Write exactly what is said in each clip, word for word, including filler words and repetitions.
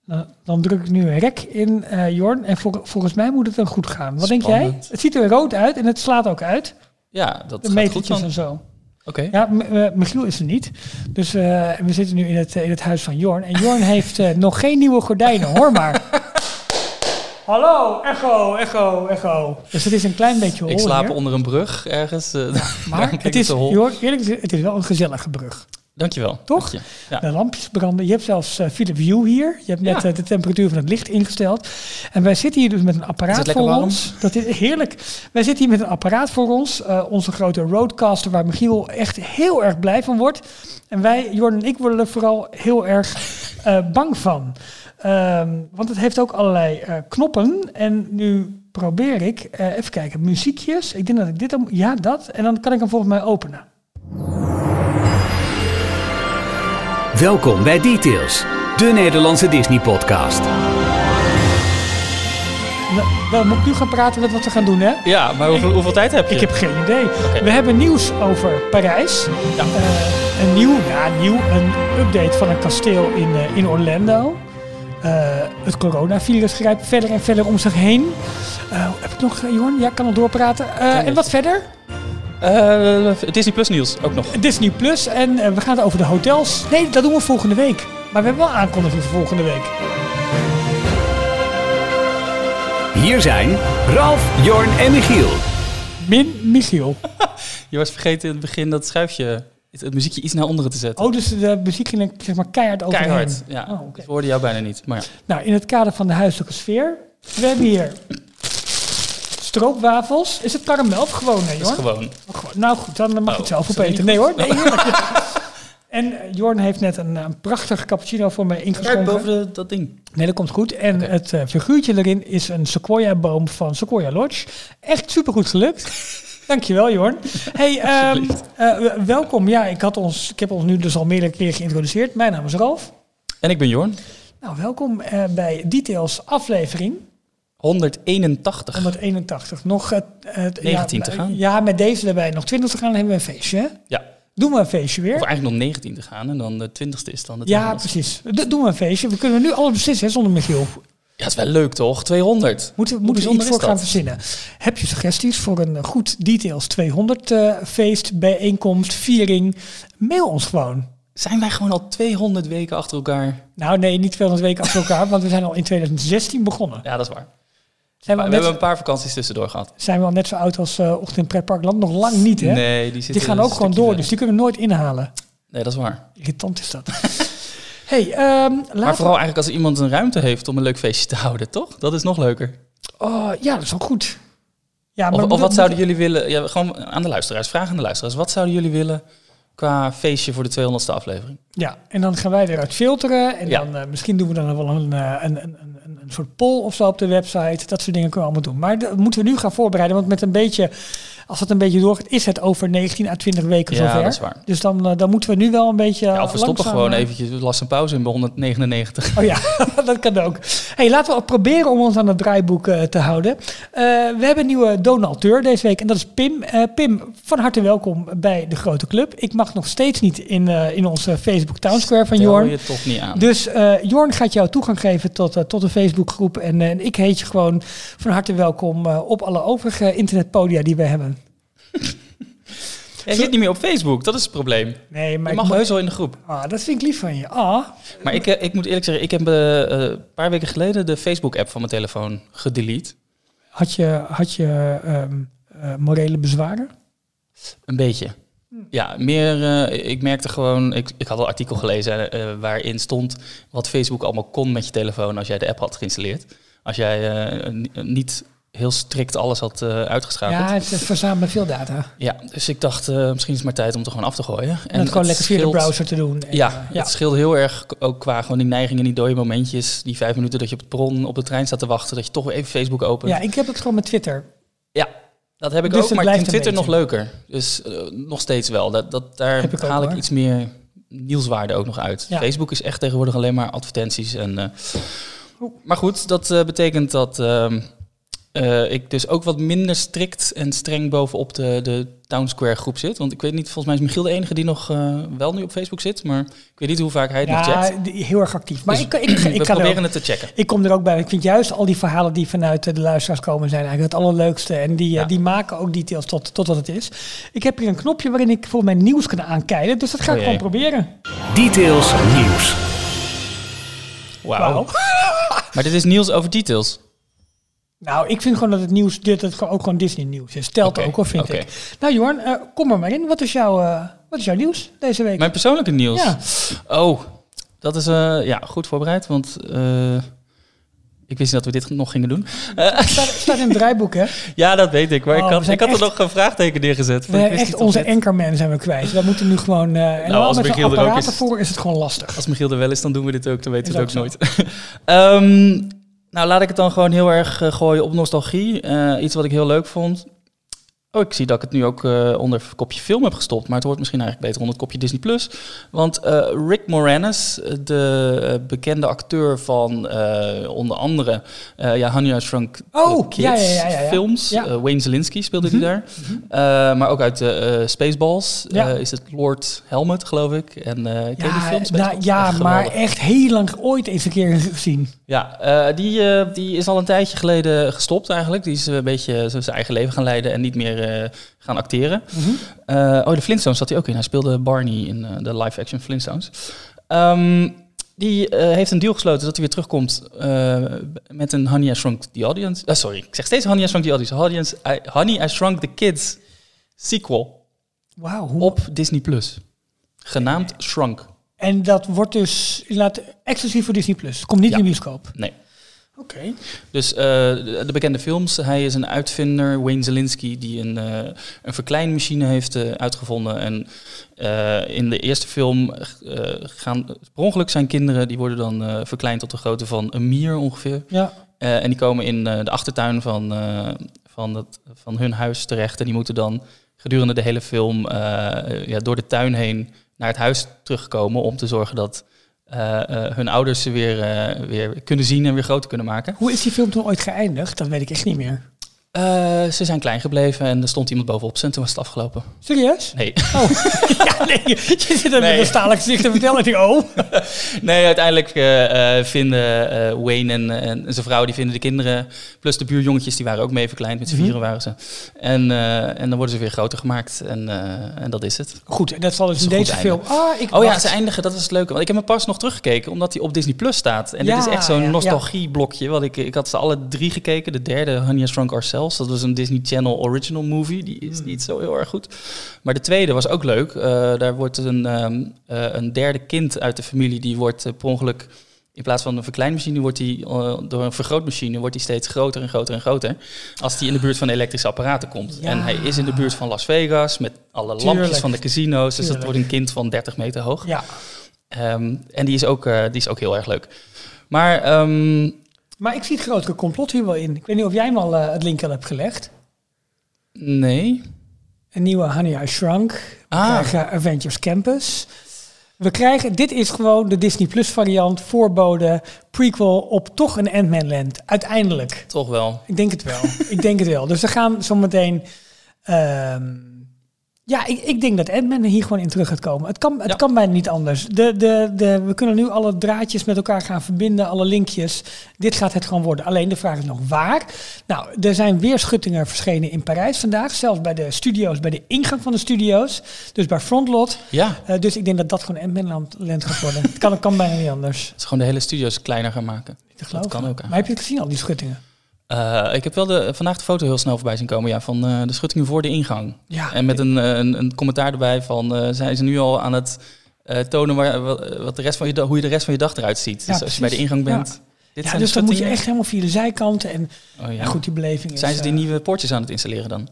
Uh, dan druk ik nu een rek in, uh, Jorn. En vol, volgens mij moet het dan goed gaan. Wat Spannend. Denk jij? Het ziet er rood uit en het slaat ook uit. Ja, dat de gaat goed dan. En zo. Oké. Okay. Ja, M- uh, Michiel is er niet. Dus uh, we zitten nu in het, uh, in het huis van Jorn. En Jorn heeft uh, nog geen nieuwe gordijnen. Hoor maar. Hallo, echo, echo, echo. Dus het is een klein beetje hol. Ik slaap hier. onder een brug ergens. Uh, maar het is, Jorn, eerlijk, het is wel een gezellige brug. Dankjewel. Toch? Dank je. Ja. De lampjes branden. Je hebt zelfs uh, Philips Hue hier. Je hebt net ja. uh, de temperatuur van het licht ingesteld. En wij zitten hier dus met een apparaat voor warm? ons. Dat is heerlijk. Wij zitten hier met een apparaat voor ons. Uh, onze grote Rodecaster waar Michiel echt heel erg blij van wordt. En wij, Jorn en ik, worden er vooral heel erg uh, bang van. Um, want het heeft ook allerlei uh, knoppen. En nu probeer ik, uh, even kijken, muziekjes. Ik denk dat ik dit, om, ja dat. En dan kan ik hem volgens mij openen. Welkom bij Details, de Nederlandse Disney-podcast. Dan moet ik nu gaan praten met wat we gaan doen, hè? Ja, maar hoeveel, hoeveel tijd heb je? Ik heb geen idee. Okay. We hebben nieuws over Parijs. Ja. Uh, een nieuw, ja, nieuw, een update van een kasteel in, uh, in Orlando. Uh, het coronavirus grijpt verder en verder om zich heen. Uh, heb ik nog, uh, Jorn? Ja, ik kan nog doorpraten. Uh, en wat verder? Uh, Disney Plus nieuws ook nog. Disney Plus en uh, we gaan het over de hotels. Nee, dat doen we volgende week. Maar we hebben wel aankondiging voor volgende week. Hier zijn Ralf, Jorn en Michiel. Min Michiel. Je was vergeten in het begin dat schuifje, het muziekje iets naar onderen te zetten. Oh, dus de muziek ging zeg maar keihard overheen. Keihard, ja. Oh, okay. Dus we hoorden jou bijna niet. Maar ja. Nou, in het kader van de huiselijke sfeer. We hebben hier stroopwafels. Is het karamel of gewoon? Nee, hoor. Is gewoon. Oh, gewoon. Nou goed, dan mag je oh, het zelf opeten. Nee hoor, nee, En uh, Jorn heeft net een, een prachtige cappuccino voor mij ingeschonken. Kijk boven de, dat ding. Nee, dat komt goed. En okay. het uh, figuurtje erin is een sequoia-boom van Sequoia Lodge. Echt supergoed gelukt. Dankjewel, Jorn. Hey, um, uh, welkom. Ja, ik, had ons, ik heb ons nu dus al meerdere keren geïntroduceerd. Mijn naam is Ralf. En ik ben Jorn. Nou, welkom uh, bij Details aflevering honderdeenentachtig. honderdeenentachtig. Nog uh, het, negentien ja, te gaan. Ja, met deze erbij nog twintig te gaan, dan hebben we een feestje. Hè? Ja. Doen we een feestje weer. Of eigenlijk nog negentien te gaan en dan de twintigste is dan de Ja, precies. D- doen we een feestje. We kunnen nu alles beslissen, hè, zonder Michiel. Ja, het is wel leuk toch? tweehonderd. Moeten we moeten iets voor gaan verzinnen. Heb je suggesties voor een goed Details tweehonderd uh, feest, bijeenkomst, viering? Mail ons gewoon. Zijn wij gewoon al tweehonderd weken achter elkaar? Nou nee, niet tweehonderd weken achter elkaar, want we zijn al in twintig zestien begonnen. Ja, dat is waar. Zijn we, we net, hebben een paar vakanties tussendoor gehad. Zijn we al net zo oud als uh, Ochtend Pretparkland? Nog lang niet, hè? Nee, die, die gaan ook gewoon door, verder. Dus die kunnen we nooit inhalen. Nee, dat is waar. Irritant is dat. Hey, um, maar vooral eigenlijk als iemand een ruimte heeft om een leuk feestje te houden, toch? Dat is nog leuker. Oh, ja, dat is ook goed. Ja, maar of, of wat zouden jullie willen? Ja, gewoon aan de luisteraars. Vraag aan de luisteraars. Wat zouden jullie willen qua feestje voor de tweehonderdste aflevering? Ja, en dan gaan wij eruit filteren. En ja. dan uh, misschien doen we dan wel een, een, een, een, een soort poll of zo op de website. Dat soort dingen kunnen we allemaal doen. Maar dat moeten we nu gaan voorbereiden. Want met een beetje, als het een beetje doorgaat, is het over negentien à twintig weken ja, zover. Ja, dat is waar. Dus dan, uh, dan moeten we nu wel een beetje Ja, of we stoppen langzaam, gewoon uh, eventjes. We lassen een pauze in bij honderdnegenennegentig. Oh ja, dat kan ook. Hey, laten we proberen om ons aan het draaiboek uh, te houden. Uh, we hebben een nieuwe donateur deze week en dat is Pim. Uh, Pim, van harte welkom bij de grote club. Ik mag nog steeds niet in, uh, in onze Facebook Townsquare van Stel Jorn. je toch niet aan. Dus uh, Jorn gaat jou toegang geven tot, uh, tot de Facebookgroep. En, uh, en ik heet je gewoon van harte welkom uh, op alle overige internetpodia die we hebben. Jij zit niet meer op Facebook, dat is het probleem. Nee, maar je mag ik heus wel in de groep. Ah, dat vind ik lief van je. Ah. Maar ik, ik moet eerlijk zeggen, ik heb uh, een paar weken geleden de Facebook-app van mijn telefoon gedelete. Had je, had je um, uh, morele bezwaren? Een beetje. Ja, meer, uh, ik merkte gewoon, ik, ik had een artikel gelezen uh, waarin stond wat Facebook allemaal kon met je telefoon als jij de app had geïnstalleerd. Als jij uh, n- niet heel strikt alles had uh, uitgeschakeld. Ja, het, het verzamelen veel data. Ja, dus ik dacht, uh, misschien is het maar tijd om het gewoon af te gooien. En, en het gewoon lekker via scheelt, de browser te doen. En, ja, uh, ja, het scheelde heel erg ook qua gewoon die neigingen, die dode momentjes. Die vijf minuten dat je op het perron op de trein staat te wachten, dat je toch weer even Facebook opent. Ja, ik heb het gewoon met Twitter. Ja, dat heb ik dus ook, maar ik vind Twitter nog beetje. leuker. Dus uh, nog steeds wel. Dat, dat, daar ik haal ook, ik iets meer nieuwswaarde ook nog uit. Ja. Facebook is echt tegenwoordig alleen maar advertenties. En, uh, maar goed, dat uh, betekent dat uh, uh, ik dus ook wat minder strikt en streng bovenop de, de Town Square groep zit. Want ik weet niet, volgens mij is Michiel de enige die nog uh, wel nu op Facebook zit. Maar ik weet niet hoe vaak hij het ja, nog checkt. Ja, heel erg actief. Maar dus ik, ik, ik, ik we ga proberen ook, het te checken. Ik kom er ook bij. Ik vind juist al die verhalen die vanuit de luisteraars komen zijn eigenlijk het allerleukste. En die, ja. die maken ook details tot, tot wat het is. Ik heb hier een knopje waarin ik voor mijn nieuws kan aankijken. Dus dat ga ik oh gewoon proberen. Details nieuws. Wauw. Wow. Maar dit is nieuws over details. Nou, ik vind gewoon dat het nieuws, dit het ook gewoon Disney nieuws is. Stelt okay, ook, of vind okay. ik. Nou, Jorn, uh, kom er maar in. Wat is, jouw, uh, wat is jouw nieuws deze week? Mijn persoonlijke nieuws? Ja. Oh, dat is uh, ja, goed voorbereid, want uh, ik wist niet dat we dit nog gingen doen. Het staat, staat in het draaiboek, hè? Ja, dat weet ik. Maar oh, ik had, ik had echt, er nog een vraagteken neergezet. We echt onze anchorman zijn we kwijt. We moeten nu gewoon... Uh, en nou, als met Michiel er ook is, voor is het gewoon lastig. Als Michiel er wel is, dan doen we dit ook. Dan weten we het ook, ook nooit. um, Nou, laat ik het dan gewoon heel erg uh, gooien op nostalgie. Uh, iets wat ik heel leuk vond. Oh, ik zie dat ik het nu ook uh, onder een kopje film heb gestopt. Maar het hoort misschien eigenlijk beter onder het kopje Disney Plus. Want uh, Rick Moranis, de uh, bekende acteur van uh, onder andere uh, ja, Honey, I Shrunk oh, Kids ja, ja, ja, ja, ja. films. Ja. Uh, Wayne Szalinski speelde mm-hmm. die daar. Mm-hmm. Uh, maar ook uit uh, uh, Spaceballs ja. uh, is het Lord Helmet, geloof ik. En uh, ken je ja, die films? Nou, ja, echt maar echt heel lang ooit eens een keer gezien. Ja, uh, die, uh, die is al een tijdje geleden gestopt eigenlijk. Die is een beetje zijn eigen leven gaan leiden en niet meer uh, gaan acteren. Mm-hmm. Uh, oh, de Flintstones zat hij ook in. Hij speelde Barney in uh, de live-action Flintstones. Um, die uh, heeft een deal gesloten dat hij weer terugkomt uh, met een Honey, I Shrunk the Audience. Uh, sorry, ik zeg steeds Honey, I Shrunk the Audience. Audience I, Honey, I Shrunk the Kids sequel. Wauw. Hoe... Op Disney Plus. Genaamd okay. Shrunk. En dat wordt dus inderdaad exclusief voor Disney Plus. Komt niet ja. in de bioscoop. Nee. Oké. Okay. Dus uh, de, de bekende films. Hij is een uitvinder, Wayne Szalinski, die een, uh, een verkleinmachine heeft uh, uitgevonden. En uh, in de eerste film uh, gaan per ongeluk zijn kinderen, die worden dan uh, verkleind tot de grootte van een mier ongeveer. Ja. Uh, en die komen in uh, de achtertuin van, uh, van, het, van hun huis terecht. En die moeten dan gedurende de hele film uh, ja, door de tuin heen naar het huis terugkomen om te zorgen dat uh, uh, hun ouders ze weer, uh, weer kunnen zien en weer groter kunnen maken. Hoe is die film toen ooit geëindigd? Dat weet ik echt niet meer. Uh, ze zijn klein gebleven en er stond iemand bovenop ze en toen was het afgelopen. Serieus? Nee. Oh. ja, nee. Je zit er nee. met een stalen gezicht te vertellen. En ik, oh. Nee, uiteindelijk uh, vinden uh, Wayne en, en zijn vrouw, die vinden de kinderen, plus de buurjongetjes, die waren ook mee verkleind, met z'n mm-hmm. vieren waren ze. En, uh, en dan worden ze weer groter gemaakt en, uh, en dat is het. Goed, en dat zal dus in deze film... Ah, ik oh wacht. Ja, ze eindigen, dat is het leuke. Want ik heb hem pas nog teruggekeken, omdat hij op Disney Plus staat. En ja, dit is echt zo'n ja, nostalgieblokje. Ja. Want ik, ik had ze alle drie gekeken. De derde, Honey, I Shrunk Ourselves. Dat was een Disney Channel original movie. Die is niet zo heel erg goed. Maar de tweede was ook leuk. Uh, daar wordt een, um, uh, een derde kind uit de familie, die wordt uh, per ongeluk, in plaats van een verkleinmachine, wordt die uh, door een vergrootmachine wordt die steeds groter en groter en groter. Als die in de buurt van elektrische apparaten komt. Ja. En hij is in de buurt van Las Vegas met alle Tuurlijk. lampjes van de casino's. Dus dat wordt een kind van dertig meter hoog. Ja. Um, en die is, ook, uh, die is ook heel erg leuk. Maar... Um, Maar ik zie het grotere complot hier wel in. Ik weet niet of jij hem al uh, het link al hebt gelegd. Nee. Een nieuwe Honey, I Shrunk. We ah. krijgen Avengers Campus. We krijgen, dit is gewoon de Disney Plus variant, voorbode, prequel op toch een Ant-Man Land. Uiteindelijk. Toch wel. Ik denk het wel. ik denk het wel. Dus we gaan zometeen... Um, Ja, ik, ik denk dat Ant-Man hier gewoon in terug gaat komen. Het kan, het ja. kan bijna niet anders. De, de, de, we kunnen nu alle draadjes met elkaar gaan verbinden, alle linkjes. Dit gaat het gewoon worden. Alleen de vraag is nog waar. Nou, er zijn weer schuttingen verschenen in Parijs vandaag. Zelfs bij de studio's, bij de ingang van de studio's. Dus bij Frontlot. Ja. Uh, dus ik denk dat dat gewoon Ant-Man Land gaat worden. Het kan, kan bijna niet anders. Het is gewoon de hele studio's kleiner gaan maken. Dat, dat kan ook. Maar heb je het gezien, al die schuttingen? Uh, ik heb wel de, vandaag de foto heel snel voorbij zien komen, ja, van uh, de schuttingen voor de ingang. Ja, en met een, een, een commentaar erbij van, uh, zijn ze nu al aan het uh, tonen waar, wat de rest van je, hoe je de rest van je dag eruit ziet. Ja, dus als je bij de ingang bent... Ja. Dit ja, zijn dus dan moet je echt helemaal via de zijkanten en oh, ja. Ja, goed, die beleving is... Zijn ze die uh, nieuwe poortjes aan het installeren dan?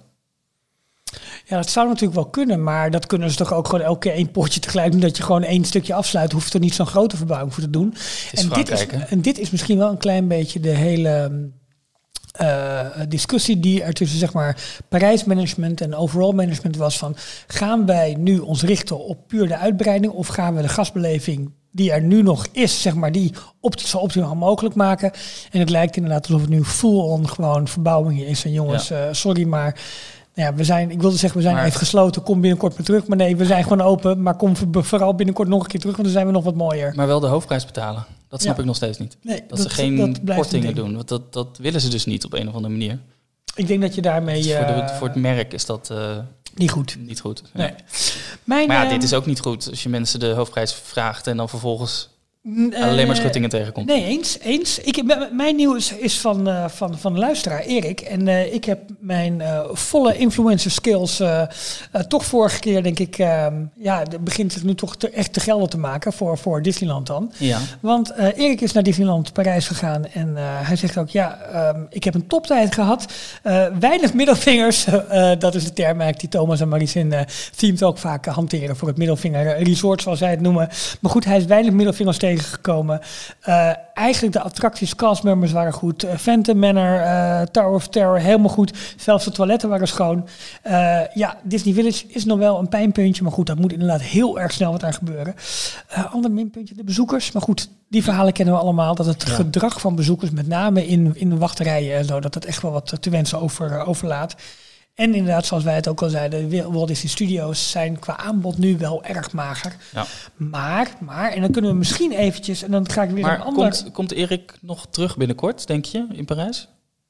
Ja, dat zou natuurlijk wel kunnen, maar dat kunnen ze toch ook gewoon elke keer één poortje tegelijk doen, dat je gewoon één stukje afsluit, hoeft er niet zo'n grote verbouwing voor te doen. En dit, is, en dit is misschien wel een klein beetje de hele... Uh, discussie die er tussen zeg maar Parijs-management en overall management was van, gaan wij nu ons richten op puur de uitbreiding of gaan we de gastbeleving die er nu nog is, zeg maar, die op, zo optimaal mogelijk maken. En het lijkt inderdaad alsof het nu full-on gewoon verbouwing is. En jongens, ja. uh, sorry, maar ja, we zijn, ik wilde zeggen, we zijn maar, even gesloten, kom binnenkort maar terug. Maar nee, we zijn gewoon open, maar kom vooral binnenkort nog een keer terug, want dan zijn we nog wat mooier. Maar wel de hoofdprijs betalen. Dat snap ja. ik nog steeds niet. Nee, dat, dat ze geen dat kortingen doen. Want dat, dat willen ze dus niet op een of andere manier. Ik denk dat je daarmee... Dus voor, de, voor het merk is dat... Uh, niet goed. Niet goed. Nee. Ja. Mijn, maar ja, uh, dit is ook niet goed. Als je mensen de hoofdprijs vraagt en dan vervolgens... Uh, alleen maar schuttingen tegenkomt. Nee, eens. eens. Ik, m- mijn nieuws is van, uh, van, van de luisteraar Erik. En uh, ik heb mijn uh, volle influencer skills uh, uh, toch vorige keer, denk ik... Uh, ja, begint het nu toch te, echt te gelden te maken voor, voor Disneyland dan. Ja. Want uh, Erik is naar Disneyland Parijs gegaan. En uh, hij zegt ook, ja, um, ik heb een toptijd gehad. Uh, weinig middelvingers. Uh, dat is de term eigenlijk die Thomas en Maries in uh, Themed ook vaak uh, hanteren voor het middelvinger resort, zoals zij het noemen. Maar goed, hij is weinig middelvingers tegen gekomen. Uh, eigenlijk de attracties, castmembers waren goed. Uh, Phantom Manor, uh, Tower of Terror, helemaal goed. Zelfs de toiletten waren schoon. Uh, ja, Disney Village is nog wel een pijnpuntje. Maar goed, dat moet inderdaad heel erg snel wat aan gebeuren. Uh, ander minpuntje, de bezoekers. Maar goed, die verhalen kennen we allemaal. Dat het ja. gedrag van bezoekers, met name in, in de wachterijen en zo, dat het echt wel wat te wensen over, uh, overlaat. En inderdaad, zoals wij het ook al zeiden, Walt Disney Studios zijn qua aanbod nu wel erg mager. Ja. Maar, maar, en dan kunnen we misschien eventjes, en dan ga ik weer maar een ander... Komt, komt Erik nog terug binnenkort, denk je, in Parijs?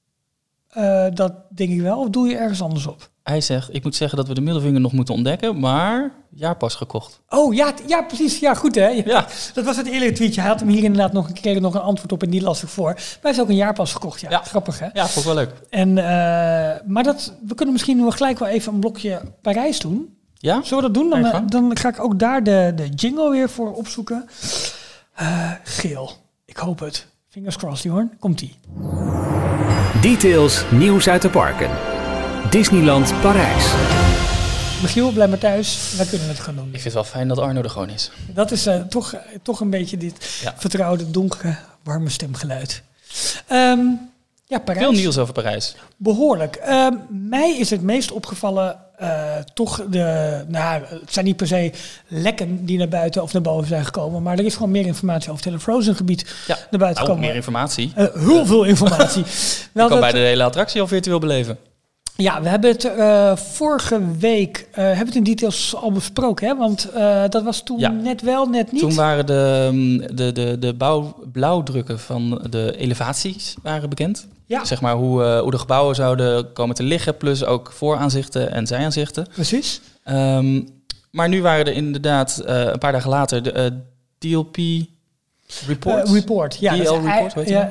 Uh, dat denk ik wel, of doe je ergens anders op? Hij zegt, ik moet zeggen dat we de middelvinger nog moeten ontdekken, maar jaarpas gekocht. Oh, ja, t- ja precies. Ja, goed hè. Ja. Ja. Dat was het eerdere tweetje. Hij had hem hier inderdaad nog een keer nog een antwoord op en die las ik voor. Maar hij heeft ook een jaarpas gekocht. Ja, ja. Grappig hè. Ja, vond ik wel leuk. En, uh, maar dat, we kunnen misschien nog gelijk wel even een blokje Parijs doen. Ja? Zullen we dat doen? Dan, uh, dan ga ik ook daar de, de jingle weer voor opzoeken. Uh, geel. Ik hoop het. Fingers crossed, hoor. Komt-ie. Details, nieuws uit de parken. Disneyland Parijs. Michiel, blijf maar thuis. Wij kunnen het gaan doen. Ik vind het wel fijn dat Arno er gewoon is. Dat is uh, toch, uh, toch een beetje dit ja. vertrouwde, donkere, warme stemgeluid. Um, ja, Parijs. Veel nieuws over Parijs. Behoorlijk. Uh, mij is het meest opgevallen uh, toch de... Nou, het zijn niet per se lekken die naar buiten of naar boven zijn gekomen. Maar er is gewoon meer informatie over het hele Frozen gebied ja. naar buiten oh, gekomen. meer informatie. Uh, heel uh, veel informatie. Je kan dat, bij de hele attractie al virtueel beleven. Ja, we hebben het uh, vorige week uh, hebben het in details al besproken, hè? Want uh, dat was toen ja. net wel, net niet. Toen waren de, de, de, de bouw, blauwdrukken van de elevaties waren bekend. Ja. Zeg maar hoe, uh, hoe de gebouwen zouden komen te liggen, plus ook vooraanzichten en zijaanzichten. Precies. Um, maar nu waren er inderdaad uh, een paar dagen later de uh, D L P... Report? Uh, report, ja. D L Report, weet je ja,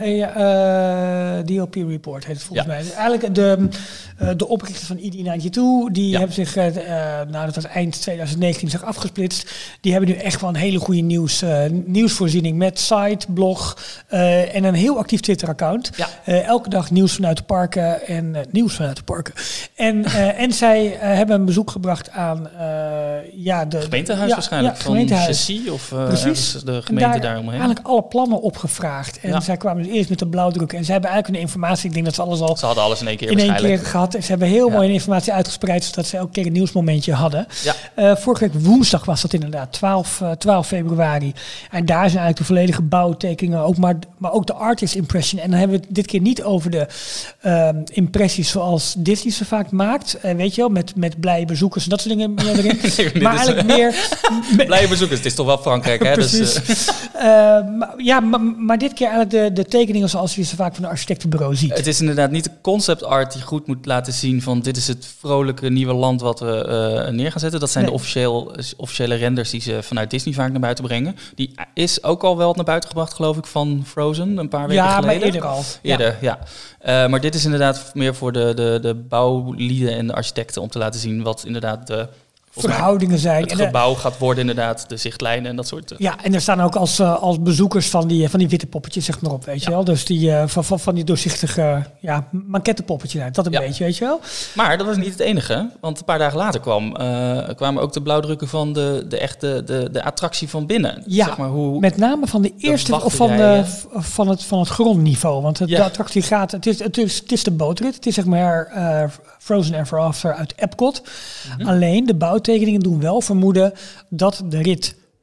ja, uh, D L P Report heet het volgens ja. mij. Eigenlijk de, uh, de oprichters van E D negenentwintig, die ja. hebben zich, uh, nou dat was eind twintig negentien, zich afgesplitst. Die hebben nu echt wel een hele goede nieuws, uh, nieuwsvoorziening met site, blog uh, en een heel actief Twitter-account. Ja. Uh, elke dag nieuws vanuit de parken en uh, nieuws vanuit de parken. En, uh, en zij uh, hebben een bezoek gebracht aan uh, ja, de gemeentehuis ja, waarschijnlijk, ja, van Chessy of uh, de gemeente daaromheen. Eigenlijk alle plannen opgevraagd. En ja. zij kwamen dus eerst met de blauwdruk. En ze hebben eigenlijk een informatie. Ik denk dat ze alles al... Ze hadden alles in één keer in één keer gehad. Ze hebben heel ja. mooi informatie uitgespreid. Zodat ze elke keer een nieuwsmomentje hadden. Ja. Uh, vorige week woensdag was dat inderdaad. twaalf februari. En daar zijn eigenlijk de volledige bouwtekeningen. Ook maar, maar ook de artist impression. En dan hebben we het dit keer niet over de uh, impressies zoals Disney ze vaak maakt. Uh, weet je wel. Met, met blije bezoekers en dat soort dingen meer erin. nee, maar eigenlijk meer... blije bezoekers. Het is toch wel Frankrijk, hè? Precies. Dus, uh, Maar, ja, maar, maar dit keer eigenlijk de, de tekeningen zoals je ze vaak van de architectenbureau ziet. Het is inderdaad niet de concept art die goed moet laten zien van dit is het vrolijke nieuwe land wat we uh, neer gaan zetten. Dat zijn nee. de officieel, officiële renders die ze vanuit Disney vaak naar buiten brengen. Die is ook al wel naar buiten gebracht, geloof ik, van Frozen een paar weken ja, geleden. Ja, maar eerder al. Eerder, ja. ja. Uh, maar dit is inderdaad meer voor de, de, de bouwlieden en de architecten om te laten zien wat inderdaad de... verhoudingen zijn. Het gebouw gaat worden inderdaad, de zichtlijnen en dat soort... Uh. Ja, en er staan ook als, uh, als bezoekers van die, van die witte poppetjes, zeg maar op, weet ja. je wel. Dus die uh, van, van, van die doorzichtige ja, maquettepoppetjes uit, dat een ja. beetje, weet je wel. Maar dat was niet het enige, want een paar dagen later kwam, uh, kwamen ook de blauwdrukken van de, de echte de, de attractie van binnen. Ja, zeg maar hoe met name van de eerste, de of van, de, van, het, van het grondniveau. Want het, ja. de attractie gaat, het is, het, is, het is de bootrit, het is zeg maar uh, Frozen Ever After uit Epcot. Mm-hmm. Alleen de bouwtekeningen doen wel vermoeden dat de rit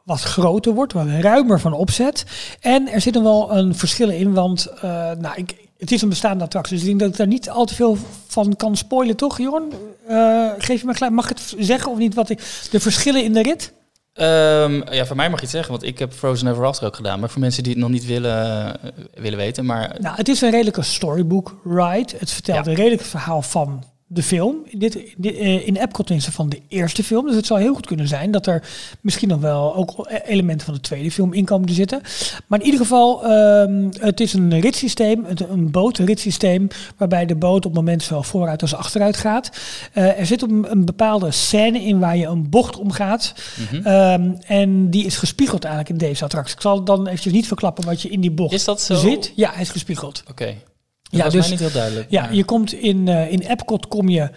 wat groter wordt, wat ruimer van opzet. En er zitten wel een verschillen in, want uh, nou, ik, het is een bestaande attractie. Dus ik denk dat ik daar niet al te veel van kan spoilen, toch, Jorn? Uh, geef je me gelijk, mag ik het zeggen of niet? Wat ik, de verschillen in de rit? Um, ja, voor mij mag je het zeggen, want ik heb Frozen Ever After ook gedaan. Maar voor mensen die het nog niet willen, uh, willen weten. Maar... Nou, het is een redelijke storybook ride. Het vertelt ja. een redelijk verhaal van de film. In, dit, in Epcot is van de eerste film. Dus het zou heel goed kunnen zijn dat er misschien nog wel ook elementen van de tweede film in komen te zitten. Maar in ieder geval, um, het is een ritssysteem, een bootritssysteem, waarbij de boot op het moment zowel vooruit als achteruit gaat. Uh, er zit een, een bepaalde scène in waar je een bocht omgaat. Mm-hmm. Um, en die is gespiegeld eigenlijk in deze attractie. Ik zal dan eventjes niet verklappen wat je in die bocht is dat zo? zit. Ja, hij is gespiegeld. Oké. Okay. Dat ja, was dus, mij niet heel duidelijk. Ja, maar... je komt in, uh, in Epcot kom je...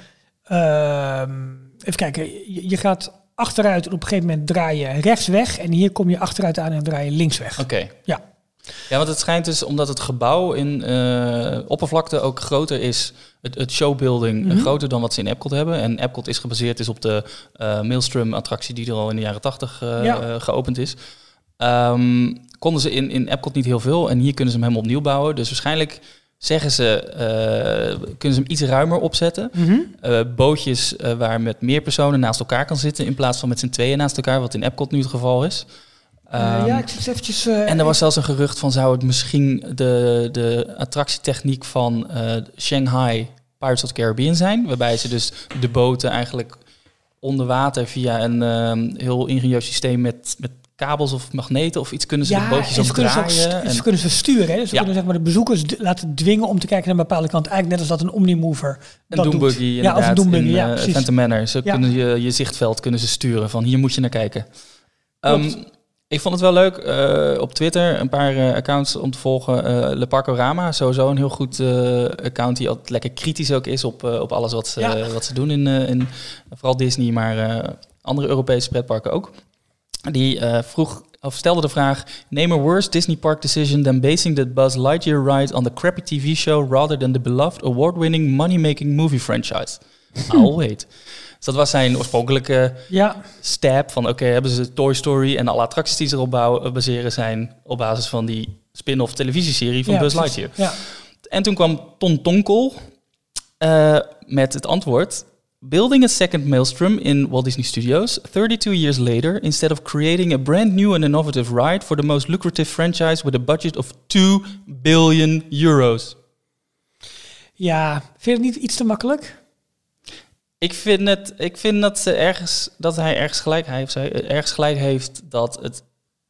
Uh, even kijken, je, je gaat achteruit en op een gegeven moment draai je rechts weg. En hier kom je achteruit aan en draai je links weg. Oké. Okay. Ja. Ja, want het schijnt dus, omdat het gebouw in uh, oppervlakte ook groter is, het, het showbuilding mm-hmm. groter dan wat ze in Epcot hebben. En Epcot is gebaseerd is op de uh, Maelstrom-attractie die er al in de jaren tachtig uh, ja. uh, geopend is. Um, konden ze in, in Epcot niet heel veel en hier kunnen ze hem helemaal opnieuw bouwen. Dus waarschijnlijk... Zeggen ze, uh, kunnen ze hem iets ruimer opzetten. Mm-hmm. Uh, bootjes uh, waar met meer personen naast elkaar kan zitten... in plaats van met z'n tweeën naast elkaar, wat in Epcot nu het geval is. Um, uh, ja, ik zit eventjes... Uh, en er was zelfs een gerucht van... zou het misschien de, de attractietechniek van uh, Shanghai Pirates of the Caribbean zijn... waarbij ze dus de boten eigenlijk onder water... via een um, heel ingenieus systeem met... met kabels of magneten of iets kunnen ze ja, de bootjes op draaien. Ze, en ze kunnen ze sturen. Hè? Dus ze ja. kunnen zeg maar, de bezoekers d- laten dwingen om te kijken naar een bepaalde kant. Eigenlijk net als dat een Omnimover een dat doet. Buggy, ja, of een Doombuggy, in, ja, uh, Phantom Manor. Ze ja. kunnen je, je zichtveld kunnen ze sturen van hier moet je naar kijken. Um, ik vond het wel leuk. Uh, op Twitter een paar uh, accounts om te volgen. Uh, Le Parkorama, sowieso een heel goed uh, account die altijd lekker kritisch ook is op, uh, op alles wat ze, ja. uh, wat ze doen in, uh, in vooral Disney, maar uh, andere Europese pretparken ook. Die uh, vroeg, of stelde de vraag... Name a worse Disney park decision than basing the Buzz Lightyear ride on the crappy T V show... rather than the beloved award-winning money-making movie franchise. I'll wait. Dus dat was zijn oorspronkelijke ja. stab van... oké, okay, hebben ze Toy Story en alle attracties die ze erop bouwen, baseren zijn... op basis van die spin-off televisieserie van ja, Buzz Lightyear. Ja. En toen kwam Ton Tonkel uh, met het antwoord... Building a second Maelstrom in Walt Disney Studios thirty-two years later, instead of creating a brand new and innovative ride for the most lucrative franchise with a budget of two billion euros. Ja, vind je het niet iets te makkelijk? Ik vind het, ik vind dat ze ergens, dat hij ergens gelijk, hij of zij ergens gelijk heeft dat het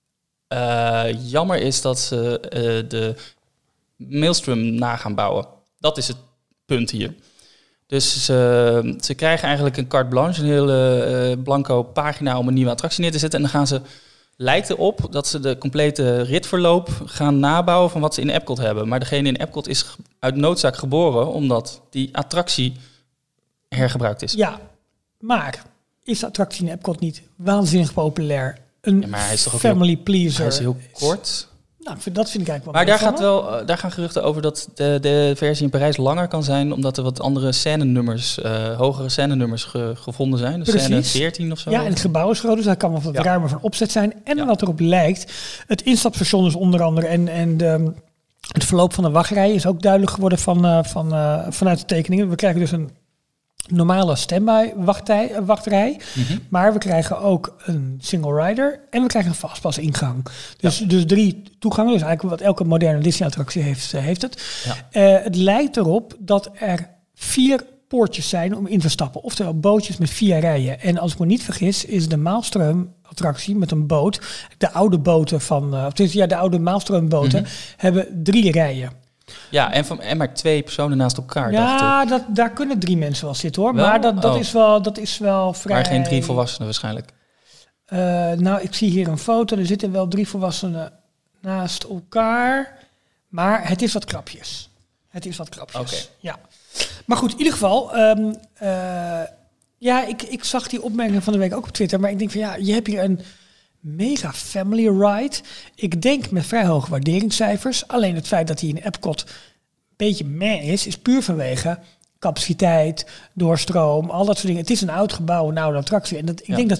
uh, jammer is dat ze uh, de Maelstrom na gaan bouwen. Dat is het punt hier. Dus ze, ze krijgen eigenlijk een carte blanche, een hele uh, blanco pagina om een nieuwe attractie neer te zetten. En dan gaan ze, lijkt erop dat ze de complete ritverloop gaan nabouwen van wat ze in Epcot hebben. Maar degene in Epcot is uit noodzaak geboren omdat die attractie hergebruikt is. Ja, maar is de attractie in Epcot niet waanzinnig populair? Een ja, maar hij is toch ook family heel, pleaser. Hij is heel kort. Nou, dat vind ik eigenlijk wel. Maar daar, gaat wel, uh, daar gaan geruchten over dat de, de versie in Parijs langer kan zijn, omdat er wat andere scènenummers, uh, hogere scènenummers ge, gevonden zijn. Dus scène veertien of zo. Ja, en het gebouw is groot, dus dat kan wel wat ja. ruimer van opzet zijn. En ja. wat erop lijkt, het instapstation is onder andere en, en de, het verloop van de wachtrij is ook duidelijk geworden van, uh, van, uh, vanuit de tekeningen. We krijgen dus een normale standby wachtrij, wachtrij mm-hmm. maar we krijgen ook een single rider en we krijgen een fastpass ingang. Dus, ja. dus drie toegangen, dus eigenlijk wat elke moderne Disney-attractie heeft, uh, heeft het. Ja. Uh, het lijkt erop dat er vier poortjes zijn om in te stappen, oftewel bootjes met vier rijen. En als ik me niet vergis, is de Maelstrom-attractie met een boot, de oude boten van, uh, of dus, ja, de oude Maelstrom-boten mm-hmm. hebben drie rijen. Ja, en, van, en maar twee personen naast elkaar. Ja, dat, daar kunnen drie mensen wel zitten hoor. Wel? Maar dat, dat, oh. is wel, dat is wel vrij... Maar geen drie volwassenen waarschijnlijk. Uh, nou, ik zie hier een foto. Er zitten wel drie volwassenen naast elkaar. Maar het is wat krapjes. Het is wat krapjes. Okay. Ja. Maar goed, in ieder geval... Um, uh, ja, ik, ik zag die opmerking van de week ook op Twitter. Maar ik denk van ja, je hebt hier een mega family ride. Ik denk met vrij hoge waarderingscijfers. Alleen het feit dat hij in Epcot een beetje meh is, is puur vanwege capaciteit, doorstroom, al dat soort dingen. Het is een oud gebouw, een oude attractie. En dat, ik ja. denk dat ze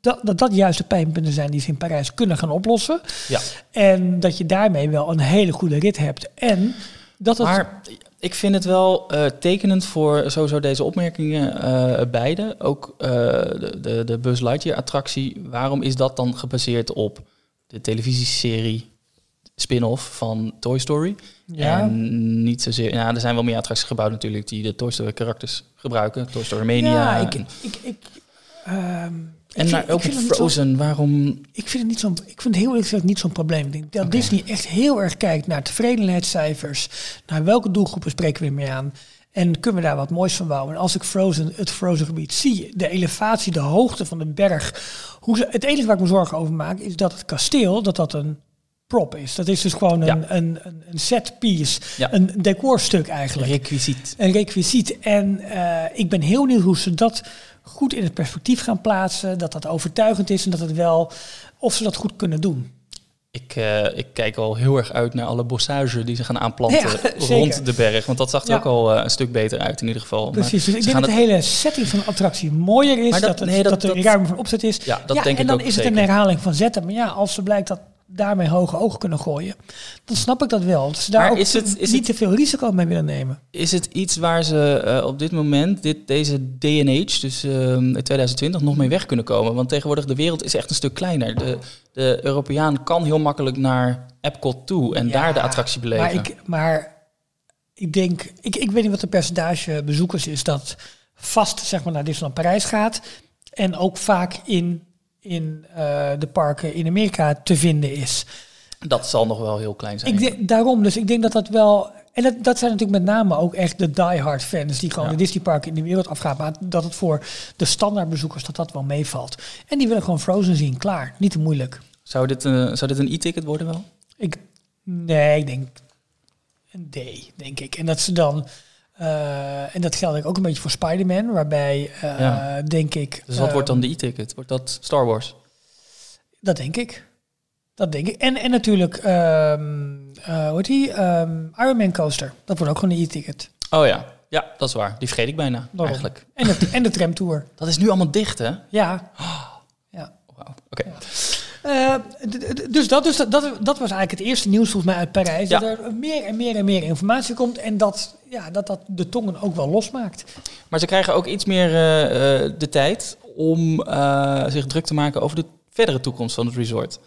dat, dat dat juist de pijnpunten zijn die ze in Parijs kunnen gaan oplossen. Ja. En dat je daarmee wel een hele goede rit hebt. En dat het... Maar ik vind het wel uh, tekenend voor sowieso deze opmerkingen uh, beide. Ook uh, de, de, de Buzz Lightyear attractie. Waarom is dat dan gebaseerd op de televisieserie spin-off van Toy Story? Ja. En niet zozeer... Ja, er zijn wel meer attracties gebouwd natuurlijk die de Toy Story karakters gebruiken. Toy Story Mania. Ja, ik... ik, ik, ik um... En naar, ook met Frozen, waarom... Ik vind het niet zo'n, ik vind het heel eerlijk gezegd niet zo'n probleem. Ik denk dat okay. Disney echt heel erg kijkt naar tevredenheidscijfers. Naar welke doelgroepen spreken we mee aan. En kunnen we daar wat moois van bouwen. En als ik Frozen, het Frozen gebied zie, de elevatie, de hoogte van de berg. Hoe ze, het enige waar ik me zorgen over maak, is dat het kasteel, dat dat een prop is. Dat is dus gewoon een, ja. een, een, een set piece. Ja. Een decorstuk eigenlijk. Een requisiet. Een requisiet. En uh, ik ben heel benieuwd hoe ze dat goed in het perspectief gaan plaatsen, dat dat overtuigend is en dat het wel, of ze dat goed kunnen doen. Ik, uh, ik kijk al heel erg uit naar alle bossage die ze gaan aanplanten ja, rond de berg, want dat zag er ja. ook al uh, een stuk beter uit in ieder geval. Precies, dus ik denk dat de hele setting van de attractie mooier is, dat, dat, het, nee, dat, dat er ruimer van opzet is. Ja, dat ja, denk en ik dan ook is zeker. Het een herhaling van zetten, maar ja, als ze blijkt dat daarmee hoge ogen kunnen gooien, dan snap ik dat wel. Dat ze daar maar ook is het, is niet het, te veel risico mee willen nemen. Is het iets waar ze uh, op dit moment, dit, deze day and age, dus uh, twintig twintig, nog mee weg kunnen komen? Want tegenwoordig de wereld is echt een stuk kleiner. De, de Europeaan kan heel makkelijk naar Epcot toe en ja, daar de attractie beleven. Maar ik, maar ik denk, ik, ik weet niet wat de percentage bezoekers is dat vast zeg maar naar Disneyland Parijs gaat en ook vaak in in uh, de parken in Amerika te vinden is. Dat zal nog wel heel klein zijn. Ik denk, daarom, dus ik denk dat dat wel... En dat, dat zijn natuurlijk met name ook echt de diehard fans die gewoon ja. de Disneyparken in de wereld afgaan. Maar dat het voor de standaardbezoekers dat dat wel meevalt. En die willen gewoon Frozen zien, klaar. Niet te moeilijk. Zou dit, uh, zou dit een e-ticket worden wel? Ik, nee, ik denk een D, denk ik. En dat ze dan... Uh, en dat geldt ook een beetje voor Spider-Man, waarbij, uh, ja. denk ik... Dus wat uh, wordt dan de e-ticket? Wordt dat Star Wars? Dat denk ik. Dat denk ik. En, en natuurlijk, um, uh, hoe heet die? Um, Iron Man coaster. Dat wordt ook gewoon een e-ticket. Oh ja, ja, dat is waar. Die vergeet ik bijna, Daarom. eigenlijk. En de, en de tramtour. Dat is nu allemaal dicht, hè? Ja. Oh. Ja. Wauw, oké. Okay. Ja. Uh, d- d- dus dat, dus dat, dat, dat was eigenlijk het eerste nieuws volgens mij uit Parijs. Ja. Dat er meer en meer en meer informatie komt en dat, ja, dat dat de tongen ook wel losmaakt. Maar ze krijgen ook iets meer uh, de tijd om uh, zich druk te maken over de verdere toekomst van het resort.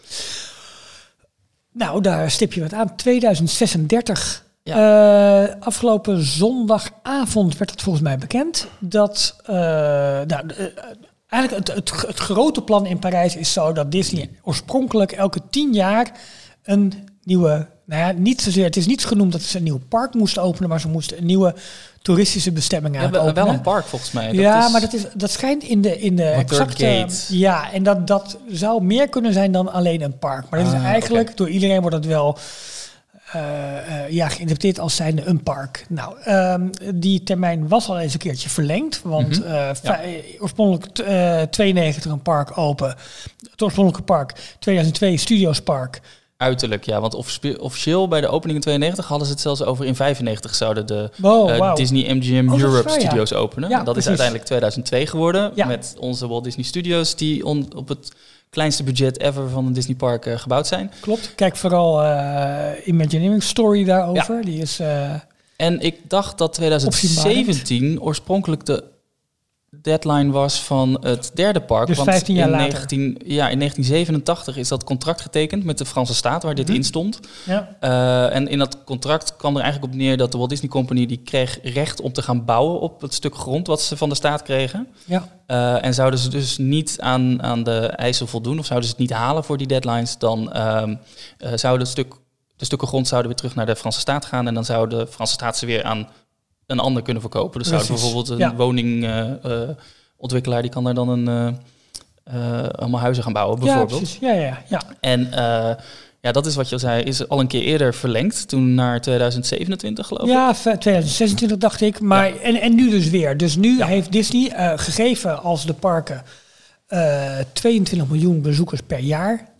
Nou, daar stip je wat aan. tweeduizend zesendertig. Ja. Uh, afgelopen zondagavond werd het volgens mij bekend dat... Uh, nou, uh, Eigenlijk het, het, het grote plan in Parijs is zo dat Disney oorspronkelijk elke tien jaar een nieuwe, nou ja, niet zozeer, het is niet genoemd dat ze een nieuw park moesten openen, maar ze moesten een nieuwe toeristische bestemming aan openen. Wel een park volgens mij. Dat ja, is... maar dat, is, dat schijnt in de, in de exacte... Ja, en dat, dat zou meer kunnen zijn dan alleen een park. Maar dat is ah, eigenlijk, okay. door iedereen wordt het wel... Uh, uh, ja, geïnterpreteerd als zijnde een park. Nou, um, die termijn was al eens een keertje verlengd. Want mm-hmm. uh, ja. v- oorspronkelijk uh, tweeënnegentig een park open. Het oorspronkelijke park, tweeduizend twee Studios Park. Uiterlijk, ja. Want officieel bij de opening in tweeënnegentig hadden ze het zelfs over in vijfennegentig zouden de oh, uh, wow. Disney M G M oh, Europe waar, Studios ja. openen. Ja, dat precies. is uiteindelijk tweeduizend twee geworden. Ja. Met onze Walt Disney Studios die on, op het kleinste budget ever van een Disney park uh, gebouwd zijn. Klopt. Kijk vooral uh, Imagineering Story daarover. Ja. Die is... Uh, en ik dacht dat tweeduizend zeventien oorspronkelijk de deadline was van het derde park. Dus want vijftien jaar in later. negentien, ja, in negentien zevenentachtig is dat contract getekend met de Franse staat waar dit mm-hmm. in stond. Ja. Uh, en in dat contract kwam er eigenlijk op neer dat de Walt Disney Company die kreeg recht om te gaan bouwen op het stuk grond wat ze van de staat kregen. Ja. Uh, en zouden ze dus niet aan, aan de eisen voldoen of zouden ze het niet halen voor die deadlines, dan uh, uh, zouden het stuk, de stukken grond zouden weer terug naar de Franse staat gaan en dan zou de Franse staat ze weer aan een ander kunnen verkopen. Dus zou bijvoorbeeld een ja. woningontwikkelaar, uh, die kan daar dan een uh, uh, allemaal huizen gaan bouwen, bijvoorbeeld. Ja, ja, ja, ja. En uh, ja, dat is wat je al zei, is al een keer eerder verlengd, toen naar tweeduizend zevenentwintig geloof ik. Ja, tweeduizend zesentwintig dacht ik, maar ja. en, en nu dus weer. Dus nu ja. heeft Disney uh, gegeven als de parken uh, tweeëntwintig miljoen bezoekers per jaar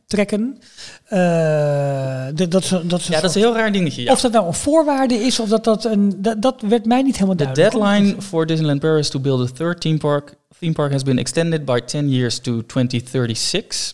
trekken. Uh, de, dat, is, dat is ja, dat is een heel raar dingetje. Ja. Of dat nou een voorwaarde is, of dat dat een... Dat, dat werd mij niet helemaal duidelijk. The deadline for Disneyland Paris to build a third theme park, theme park has been extended by ten years to twenty thirty-six.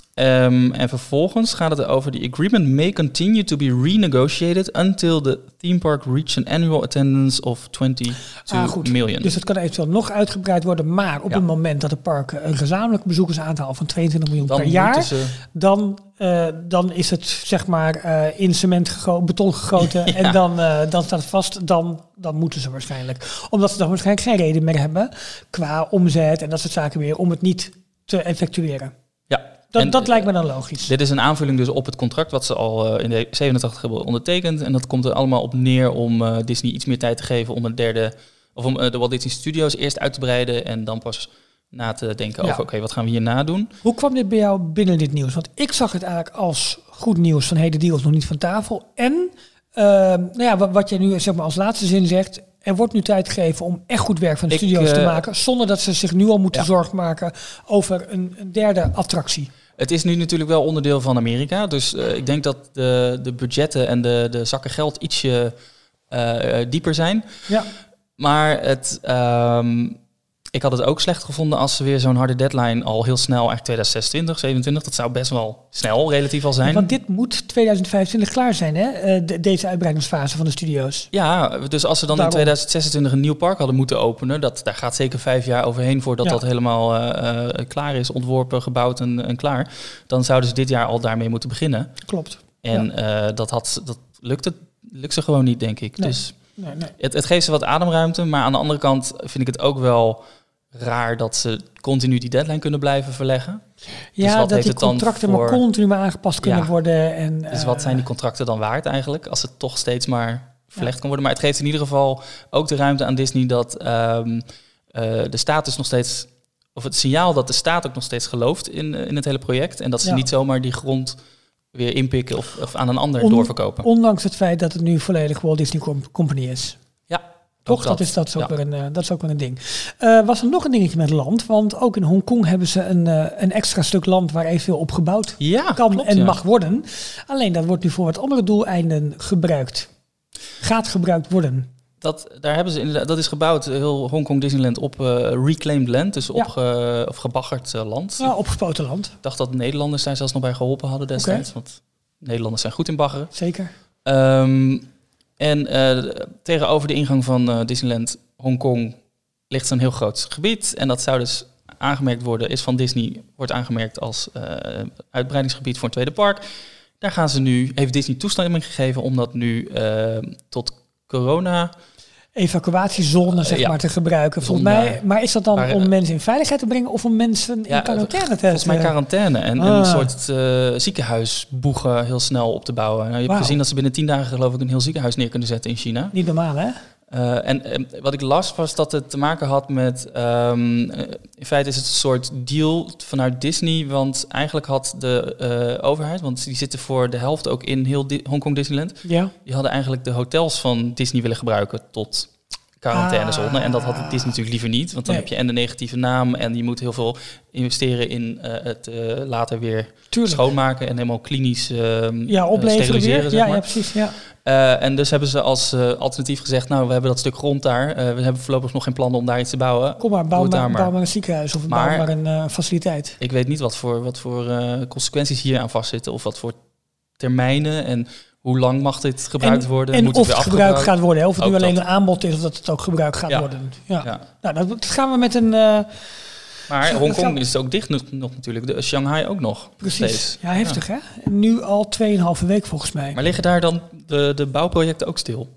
Um, en vervolgens gaat het over... The agreement may continue to be renegotiated until the theme park reach an annual attendance of twenty-two ah, goed. million. Dus het kan eventueel nog uitgebreid worden, maar op ja. het moment dat de parken een gezamenlijk bezoekersaantal van tweeëntwintig miljoen dan per jaar, ze... dan, uh, dan is het zeg maar uh, in cement gego- beton gegoten ja. en dan, uh, dan staat het vast, dan, dan moeten ze waarschijnlijk. Omdat ze dan waarschijnlijk geen reden meer hebben qua omzet en dat soort zaken meer om het niet te effectueren. Ja. Dat, en, dat lijkt me dan logisch. Dit is een aanvulling dus op het contract wat ze al uh, in de zevenentachtig hebben ondertekend. En dat komt er allemaal op neer om uh, Disney iets meer tijd te geven om een derde, of om uh, de Walt Disney Studios eerst uit te breiden en dan pas na te denken ja. over oké, okay, wat gaan we hierna doen? Hoe kwam dit bij jou binnen dit nieuws? Want ik zag het eigenlijk als goed nieuws van hey, de deal is nog niet van tafel. En uh, nou ja, wat, wat jij nu zeg maar als laatste zin zegt, er wordt nu tijd gegeven om echt goed werk van de ik, studio's uh, te maken, zonder dat ze zich nu al moeten ja. zorgen maken over een, een derde attractie. Het is nu natuurlijk wel onderdeel van Amerika. Dus uh, ik denk dat de, de budgetten en de, de zakken geld ietsje uh, dieper zijn. Ja. Maar het, um, ik had het ook slecht gevonden als ze weer zo'n harde deadline al heel snel, eigenlijk twintig zesentwintig, zevenentwintig, dat zou best wel snel relatief al zijn. Ja, want dit moet twintig vijfentwintig klaar zijn, hè? Uh, de, deze uitbreidingsfase van de studio's. Ja, dus als ze dan Daarom. in twintig zesentwintig een nieuw park hadden moeten openen, dat, daar gaat zeker vijf jaar overheen voordat ja. dat helemaal uh, uh, klaar is, ontworpen, gebouwd en, en klaar. Dan zouden ze dit jaar al daarmee moeten beginnen. Klopt. En ja. uh, dat, had, dat lukte, lukt ze gewoon niet, denk ik. Nee. Dus nee, nee. Het, het geeft ze wat ademruimte, maar aan de andere kant vind ik het ook wel raar dat ze continu die deadline kunnen blijven verleggen. Ja, dus dat die contracten voor... maar continu maar aangepast kunnen ja. worden. En, dus uh... wat zijn die contracten dan waard eigenlijk, als het toch steeds maar verlegd ja. kan worden? Maar het geeft in ieder geval ook de ruimte aan Disney dat um, uh, de status nog steeds, of het signaal dat de staat ook nog steeds gelooft in, in het hele project. En dat ze ja. niet zomaar die grond weer inpikken of, of aan een ander On, doorverkopen. Ondanks het feit dat het nu volledig Walt Disney Company is. Ja. Toch, dat. Dat, is, dat, is ook ja. weer een, uh, dat is ook weer een ding. Uh, was er nog een dingetje met land? Want ook in Hongkong hebben ze een, uh, een extra stuk land waar evenveel op gebouwd ja, kan klopt, en ja. mag worden. Alleen dat wordt nu voor wat andere doeleinden gebruikt. Gaat gebruikt worden. Dat, daar hebben ze in, dat is gebouwd, heel Hongkong Disneyland, op uh, reclaimed land, dus op ja. ge, of gebaggerd uh, land. Ja, opgespoten land. Ik dacht dat Nederlanders daar zelfs nog bij geholpen hadden destijds, okay. want Nederlanders zijn goed in baggeren. Zeker. Um, en uh, tegenover de ingang van uh, Disneyland Hongkong ligt een heel groot gebied. En dat zou dus aangemerkt worden, is van Disney, wordt aangemerkt als uh, uitbreidingsgebied voor een tweede park. Daar gaan ze nu, heeft Disney toestemming gegeven om dat nu uh, tot corona... evacuatiezone zeg uh, ja. maar te gebruiken. Volgens Zonder, mij, maar is dat dan maar, om mensen in veiligheid te brengen of om mensen ja, in quarantaine te Volgens mij quarantaine en, ah. en een soort uh, ziekenhuisboegen heel snel op te bouwen. Nou, je hebt wow. gezien dat ze binnen tien dagen geloof ik een heel ziekenhuis neer kunnen zetten in China. Niet normaal, hè? Uh, en, en wat ik las was dat het te maken had met... Um, in feite is het een soort deal vanuit Disney, want eigenlijk had de uh, overheid, want die zitten voor de helft ook in heel Di- Hongkong Disneyland, ja. die hadden eigenlijk de hotels van Disney willen gebruiken tot quarantainezone. Ah. En dat had Disney natuurlijk liever niet, want dan nee. heb je en de negatieve naam en je moet heel veel investeren in uh, het uh, later weer Tuurlijk. schoonmaken en helemaal klinisch uh, ja, opleveren steriliseren. Weer. Zeg maar. Ja, ja, precies. Ja. Uh, en dus hebben ze als uh, alternatief gezegd, nou, we hebben dat stuk grond daar. Uh, we hebben voorlopig nog geen plannen om daar iets te bouwen. Kom maar, bouw, maar, maar. bouw maar een ziekenhuis of maar, bouw maar een uh, faciliteit. Ik weet niet wat voor, wat voor uh, consequenties hier aan vastzitten of wat voor termijnen en hoe lang mag dit gebruikt en, worden? En Moet het het of het gebruikt gaat worden. Hè? Of het ook nu alleen dat. een aanbod is of dat het ook gebruikt gaat ja. worden. Ja. ja. Nou, dat gaan we met een... Uh, Maar Hongkong is ook dicht nog natuurlijk. De Shanghai ook nog. Precies. Steeds. Ja, heftig ja. hè? Nu al tweeënhalve week volgens mij. Maar liggen daar dan de, de bouwprojecten ook stil?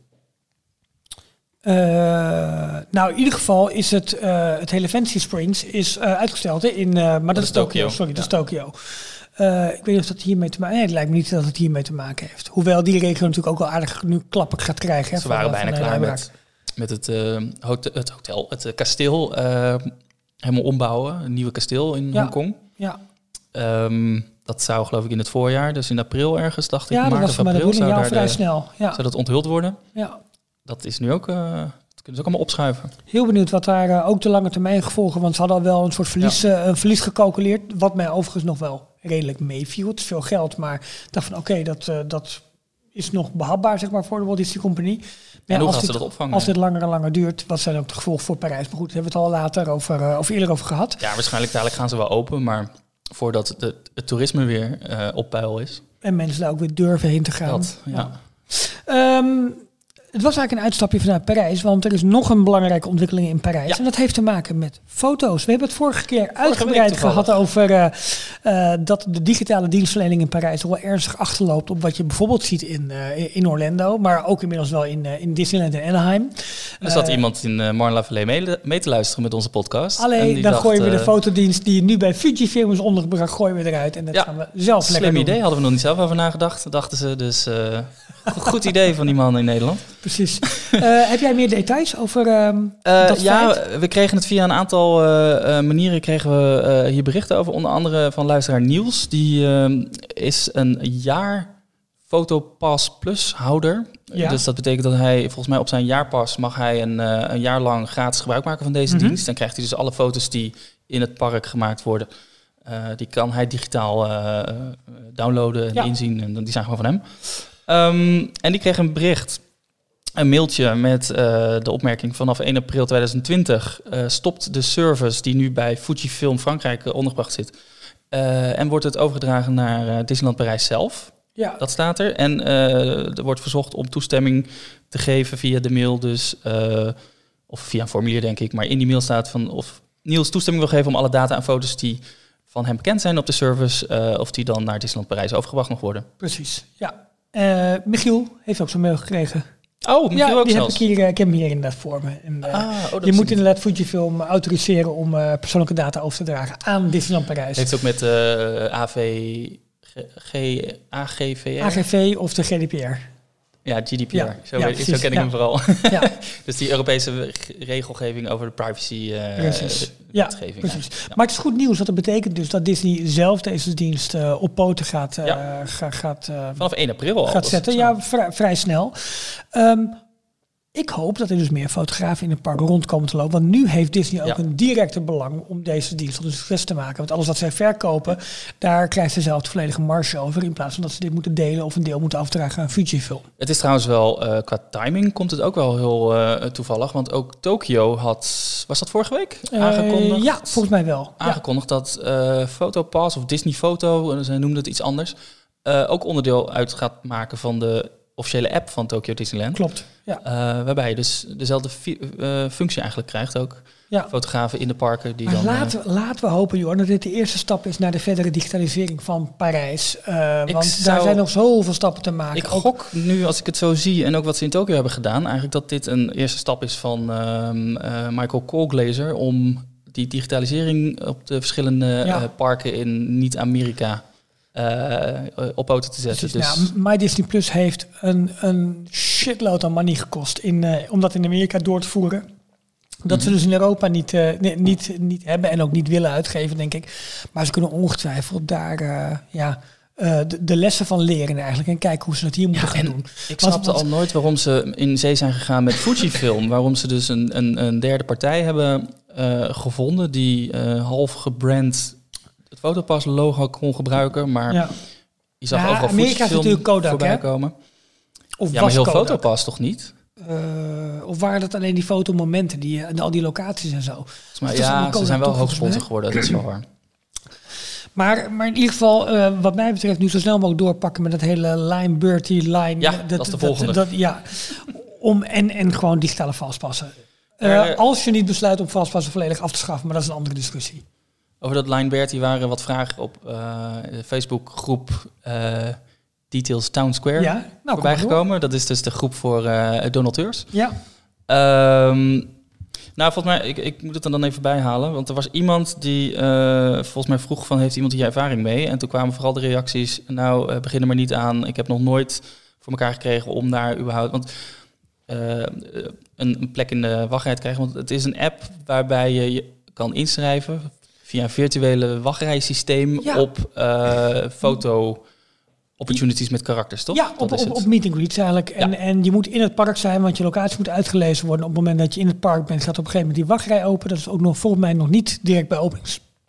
Uh, nou, in ieder geval is het, uh, het hele Fantasy Springs is uh, uitgesteld. Hè, in, uh, maar dat, dat is Tokio. Sorry, ja. dat is Tokio. Uh, ik weet niet of dat hiermee te maken heeft. Nee, het lijkt me niet dat het hiermee te maken heeft. Hoewel die regio natuurlijk ook wel aardig nu klappen gaat krijgen. Hè, Ze waren van, bijna van klaar met, met het, uh, hotel, het hotel, het uh, kasteel uh, helemaal ombouwen. Een nieuwe kasteel in ja. Hongkong. Ja. Um, dat zou geloof ik in het voorjaar, dus in april ergens, dacht ik. Ja, dat maart was of april zou, ja, vrij de, snel. Ja. zou dat onthuld worden. Ja. Dat is nu ook... Uh, dat kunnen ze ook allemaal opschuiven. Heel benieuwd wat daar uh, ook de lange termijn gevolgen, want ze hadden al wel een soort verlies, ja. uh, een verlies gecalculeerd, wat mij overigens nog wel redelijk meeviel. Het is veel geld, maar ik dacht van oké, okay, dat, uh, dat is nog behapbaar zeg maar, voor de Walt Disney Company. En ja, hoe als gaan dit, ze dat opvangen? Als dit langer en langer duurt, wat zijn ook de gevolgen voor Parijs? Maar goed, daar hebben we het al later over, uh, of eerder over gehad. Ja, waarschijnlijk dadelijk gaan ze wel open, maar voordat de, het toerisme weer uh, op peil is. En mensen daar ook weer durven heen te gaan. Dat, ja. ja. Um, Het was eigenlijk een uitstapje vanuit Parijs, want er is nog een belangrijke ontwikkeling in Parijs. Ja. En dat heeft te maken met foto's. We hebben het vorige keer vorige uitgebreid gehad over uh, uh, dat de digitale dienstverlening in Parijs toch wel ernstig achterloopt op wat je bijvoorbeeld ziet in, uh, in Orlando, maar ook inmiddels wel in, uh, in Disneyland en Anaheim. Er zat uh, iemand in uh, Marne-la-Vallée mee, mee te luisteren met onze podcast. Alleen, dan dacht, gooien we de fotodienst die nu bij Fujifilm is ondergebracht, gooien we eruit. En dat ja, gaan we zelf lekker doen. Slim idee, hadden we nog niet zelf over nagedacht, dachten ze. Dus uh, goed idee van die man in Nederland. Precies. Uh, heb jij meer details over um, uh, dat ja, feit? We kregen het via een aantal uh, uh, manieren kregen we uh, hier berichten over. Onder andere van luisteraar Niels. Die uh, is een jaar Fotopass Plus houder. Ja. Dus dat betekent dat hij volgens mij op zijn jaarpas mag hij een, uh, een jaar lang gratis gebruik maken van deze mm-hmm. dienst. Dan krijgt hij dus alle foto's die in het park gemaakt worden. Uh, die kan hij digitaal uh, downloaden en ja. inzien. En die zijn gewoon van hem. Um, en die kreeg een bericht. Een mailtje met uh, de opmerking vanaf één april tweeduizend twintig uh, stopt de service die nu bij Fujifilm Frankrijk uh, ondergebracht zit. Uh, en wordt het overgedragen naar uh, Disneyland Parijs zelf. Ja. Dat staat er. En uh, er wordt verzocht om toestemming te geven via de mail. Dus, uh, of via een formulier denk ik. Maar in die mail staat van of Niels toestemming wil geven om alle data en foto's die van hem bekend zijn op de service. Uh, of die dan naar Disneyland Parijs overgebracht nog worden. Precies, ja. Uh, Michiel heeft ook zo'n mail gekregen. Oh, ja, ook die zelfs. Heb ik, hier, ik heb hem hier inderdaad voor me. En, uh, ah, oh, je moet niet. inderdaad Fujifilm autoriseren om uh, persoonlijke data over te dragen aan Disneyland Parijs. Heeft ook met uh, A V, G, A G V R? A G V of de G D P R. Ja, G D P R. Ja, zo, ja, weet, zo ken ik ja. hem vooral. Ja. Dus die Europese regelgeving over de privacy uh, precies. Ja, precies. Ja. Maar het is goed nieuws. Dat betekent dus dat Disney zelf deze dienst uh, op poten gaat, uh, ja. ga, gaat uh, vanaf één april al. Gaat zetten. Ja, vrij, vrij snel. Um, Ik hoop dat er dus meer fotografen in het park rondkomen te lopen. Want nu heeft Disney ook ja. een directe belang om deze dienst tot een succes te maken. Want alles wat zij verkopen, daar krijgt ze zelf de volledige marge over. In plaats van dat ze dit moeten delen of een deel moeten afdragen aan Fujifilm. Het is trouwens wel, uh, qua timing komt het ook wel heel uh, toevallig. Want ook Tokyo had, was dat vorige week? Uh, aangekondigd? Ja, volgens mij wel. Aangekondigd ja. dat uh, Fotopass of Disney Foto, ze noemden het iets anders, uh, ook onderdeel uit gaat maken van de officiële app van Tokyo Disneyland. Klopt, ja. Uh, waarbij je dus dezelfde fi- uh, functie eigenlijk krijgt ook. Ja. Fotografen in de parken die maar dan... Laten, uh, laten we hopen, Johan, dat dit de eerste stap is naar de verdere digitalisering van Parijs. Uh, want zou, daar zijn nog zoveel stappen te maken. Ik gok ook nu, als ik het zo zie en ook wat ze in Tokyo hebben gedaan, eigenlijk dat dit een eerste stap is van uh, uh, Michael Koolglazer om die digitalisering op de verschillende ja. uh, parken in niet-Amerika Uh, op poten te zetten. Precies, dus. nou, My Disney Plus heeft een, een shitload aan money gekost in, uh, om dat in Amerika door te voeren. Dat mm-hmm. ze dus in Europa niet, uh, nee, niet, niet hebben en ook niet willen uitgeven, denk ik. Maar ze kunnen ongetwijfeld daar uh, ja, uh, de, de lessen van leren eigenlijk. En kijken hoe ze dat hier moeten ja, gaan doen. Ik snapte al nooit waarom ze in zee zijn gegaan met Fujifilm. Waarom ze dus een, een, een derde partij hebben uh, gevonden die uh, half gebrand het Fotopass logo kon gebruiken, maar ja. je zag ja, overal Fujifilm voorbij komen. Of ja, maar heel Kodak. Fotopass toch niet? Uh, of waren dat alleen die fotomomenten, die, uh, al die locaties en zo? Maar ja, ze zijn wel hoogsponsor geworden, dat is wel waar. Maar, maar in ieder geval, uh, wat mij betreft, nu zo snel mogelijk doorpakken met dat hele Line Bertie line. Ja, dat, dat is de volgende. Dat, dat, ja, om, en, en gewoon digitale vastpassen. Uh, uh, als je niet besluit om vastpassen volledig af te schaffen, maar dat is een andere discussie. Over dat Line Bertie waren wat vragen op uh, de Facebookgroep uh, Details Town Square ja, nou, voorbij gekomen. Dat is dus de groep voor uh, donateurs. Ja. Um, nou, volgens mij, ik, ik moet het er dan even bijhalen. Want er was iemand die uh, volgens mij vroeg van, heeft iemand hier ervaring mee? En toen kwamen vooral de reacties, nou, uh, begin er maar niet aan. Ik heb nog nooit voor elkaar gekregen om daar überhaupt... Want uh, een, een plek in de wachtrij te krijgen. Want het is een app waarbij je je kan inschrijven via een virtuele wachtrijsysteem ja. op uh, foto opportunities met karakters, toch? Ja, op, op, op meet and greets eigenlijk. En, ja. en je moet in het park zijn, want je locatie moet uitgelezen worden. Op het moment dat je in het park bent, gaat op een gegeven moment die wachtrij open. Dat is ook nog volgens mij nog niet direct bij opening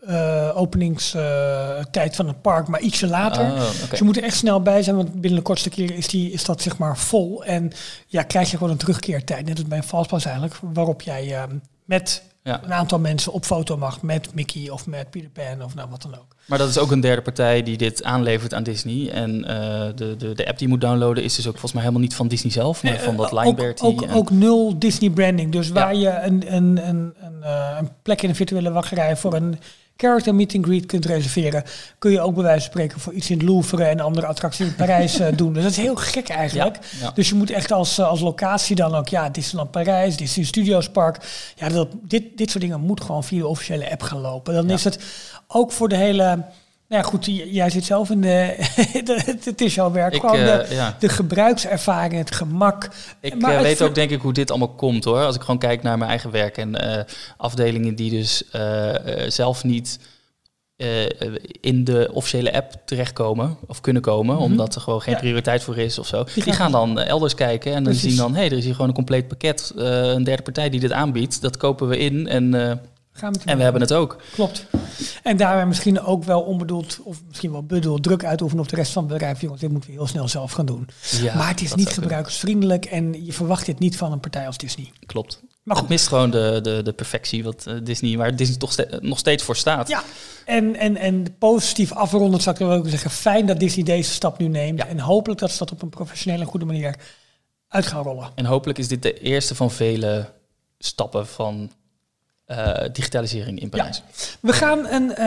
uh, openingstijd uh, van het park, maar ietsje later. Oh, okay. Dus je moet er echt snel bij zijn, want binnen de kortste keren is, die, is dat zeg maar vol. En ja, krijg je gewoon een terugkeertijd, net als bij een Fastpass eigenlijk, waarop jij uh, met ja. een aantal mensen op foto mag met Mickey of met Peter Pan of nou wat dan ook. Maar dat is ook een derde partij die dit aanlevert aan Disney. En uh, de, de, de app die je moet downloaden is dus ook volgens mij helemaal niet van Disney zelf, maar van dat Lineberty. Ook, ook, en... ook nul Disney branding. Dus waar ja. je een, een, een, een, uh, een plek in een virtuele wachtrij voor een character meet and greet kunt reserveren, kun je ook bij wijze van spreken voor iets in het Louvre en andere attracties in Parijs uh, doen. Dus dat is heel gek eigenlijk. Ja, ja. Dus je moet echt als, als locatie dan ook, ja, Disneyland Parijs, Disney Studios Park. Ja, dat, dit, dit soort dingen moet gewoon via de officiële app gaan lopen. Dan ja. is het ook voor de hele... Nou ja, goed, jij zit zelf in de... Het is jouw werk. Ik, gewoon de, uh, ja. de gebruikservaring, het gemak. Ik maar uh, het weet ver... ook denk ik hoe dit allemaal komt hoor. Als ik gewoon kijk naar mijn eigen werk en uh, afdelingen die dus uh, uh, zelf niet uh, in de officiële app terechtkomen of kunnen komen, mm-hmm. omdat er gewoon geen ja. prioriteit voor is of zo. Die, die gaan dan uh, elders kijken en dan Precies. zien dan, hé, hey, er is hier gewoon een compleet pakket, uh, een derde partij die dit aanbiedt. Dat kopen we in en... Uh, Gaan we en we hebben het ook. Klopt. En daarbij misschien ook wel onbedoeld, of misschien wel bedoeld, druk uitoefenen op de rest van het bedrijf. Jongens, dit moeten we heel snel zelf gaan doen. Ja, maar het is niet gebruikersvriendelijk en je verwacht dit niet van een partij als Disney. Klopt. Maar het mist gewoon de, de, de perfectie wat uh, Disney, waar Disney toch ste- nog steeds voor staat. Ja, en, en, en positief afgerondend zou ik wel ook zeggen, fijn dat Disney deze stap nu neemt. Ja. En hopelijk dat ze dat op een professionele en goede manier uit gaan rollen. En hopelijk is dit de eerste van vele stappen van... Uh, digitalisering in Parijs. Ja. We gaan een... Uh,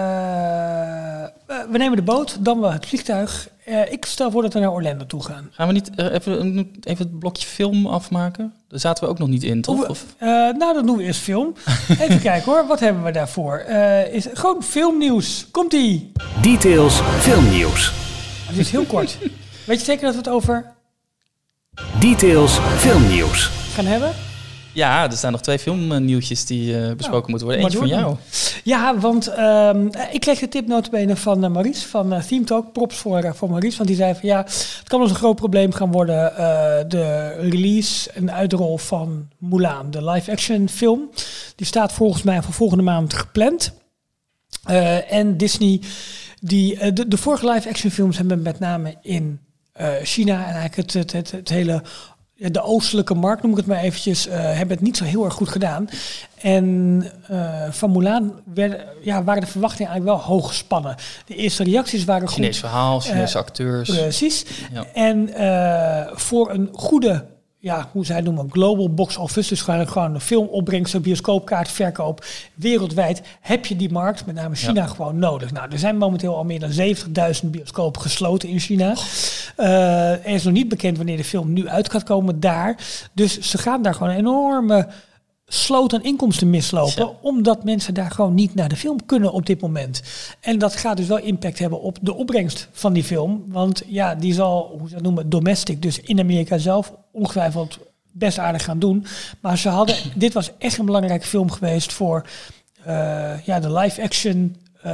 uh, we nemen de boot, dan wel het vliegtuig. Uh, ik stel voor dat we naar Orlando toe gaan. Gaan we niet uh, even, even het blokje film afmaken? Daar zaten we ook nog niet in, toch? We, of? Uh, nou, dan doen we eerst film. Even kijken hoor, wat hebben we daarvoor? Uh, is gewoon filmnieuws. Komt-ie! Details filmnieuws. Het is heel kort. Weet je zeker dat we het over... Details filmnieuws gaan hebben? Ja, er staan nog twee filmnieuwtjes die uh, besproken nou, moeten worden. Eentje van jou. Ja, want um, ik kreeg de tip notabene van uh, Maurice, van uh, Theme Talk. Props voor, uh, voor Maurice, want die zei van ja, het kan ons een groot probleem gaan worden. Uh, de release en uitrol van Mulan, de live-action film. Die staat volgens mij voor volgende maand gepland. Uh, en Disney, die, uh, de, de vorige live-action films hebben met name in uh, China en eigenlijk het, het, het, het hele... de oostelijke markt, noem ik het maar eventjes, uh, hebben het niet zo heel erg goed gedaan. En uh, van Mulan werden, ja, waren de verwachtingen eigenlijk wel hoog gespannen. De eerste reacties waren goed. Chinees verhaal, Chinese uh, acteurs. Precies. Ja. En uh, voor een goede, ja, hoe zij noemen, global box office, dus gewoon, gewoon een filmopbrengst, bioscoopkaartverkoop wereldwijd, heb je die markt, met name China, ja. gewoon nodig. Nou, er zijn momenteel al meer dan zeventigduizend bioscopen gesloten in China. Oh. Uh, er is nog niet bekend wanneer de film nu uit gaat komen daar. Dus ze gaan daar gewoon een enorme sloot aan inkomsten mislopen, ja. omdat mensen daar gewoon niet naar de film kunnen op dit moment. En dat gaat dus wel impact hebben op de opbrengst van die film. Want ja, die zal, hoe ze dat noemen, domestic, dus in Amerika zelf, ongetwijfeld best aardig gaan doen. Maar ze hadden, dit was echt een belangrijke film geweest voor uh, ja, de live-action uh,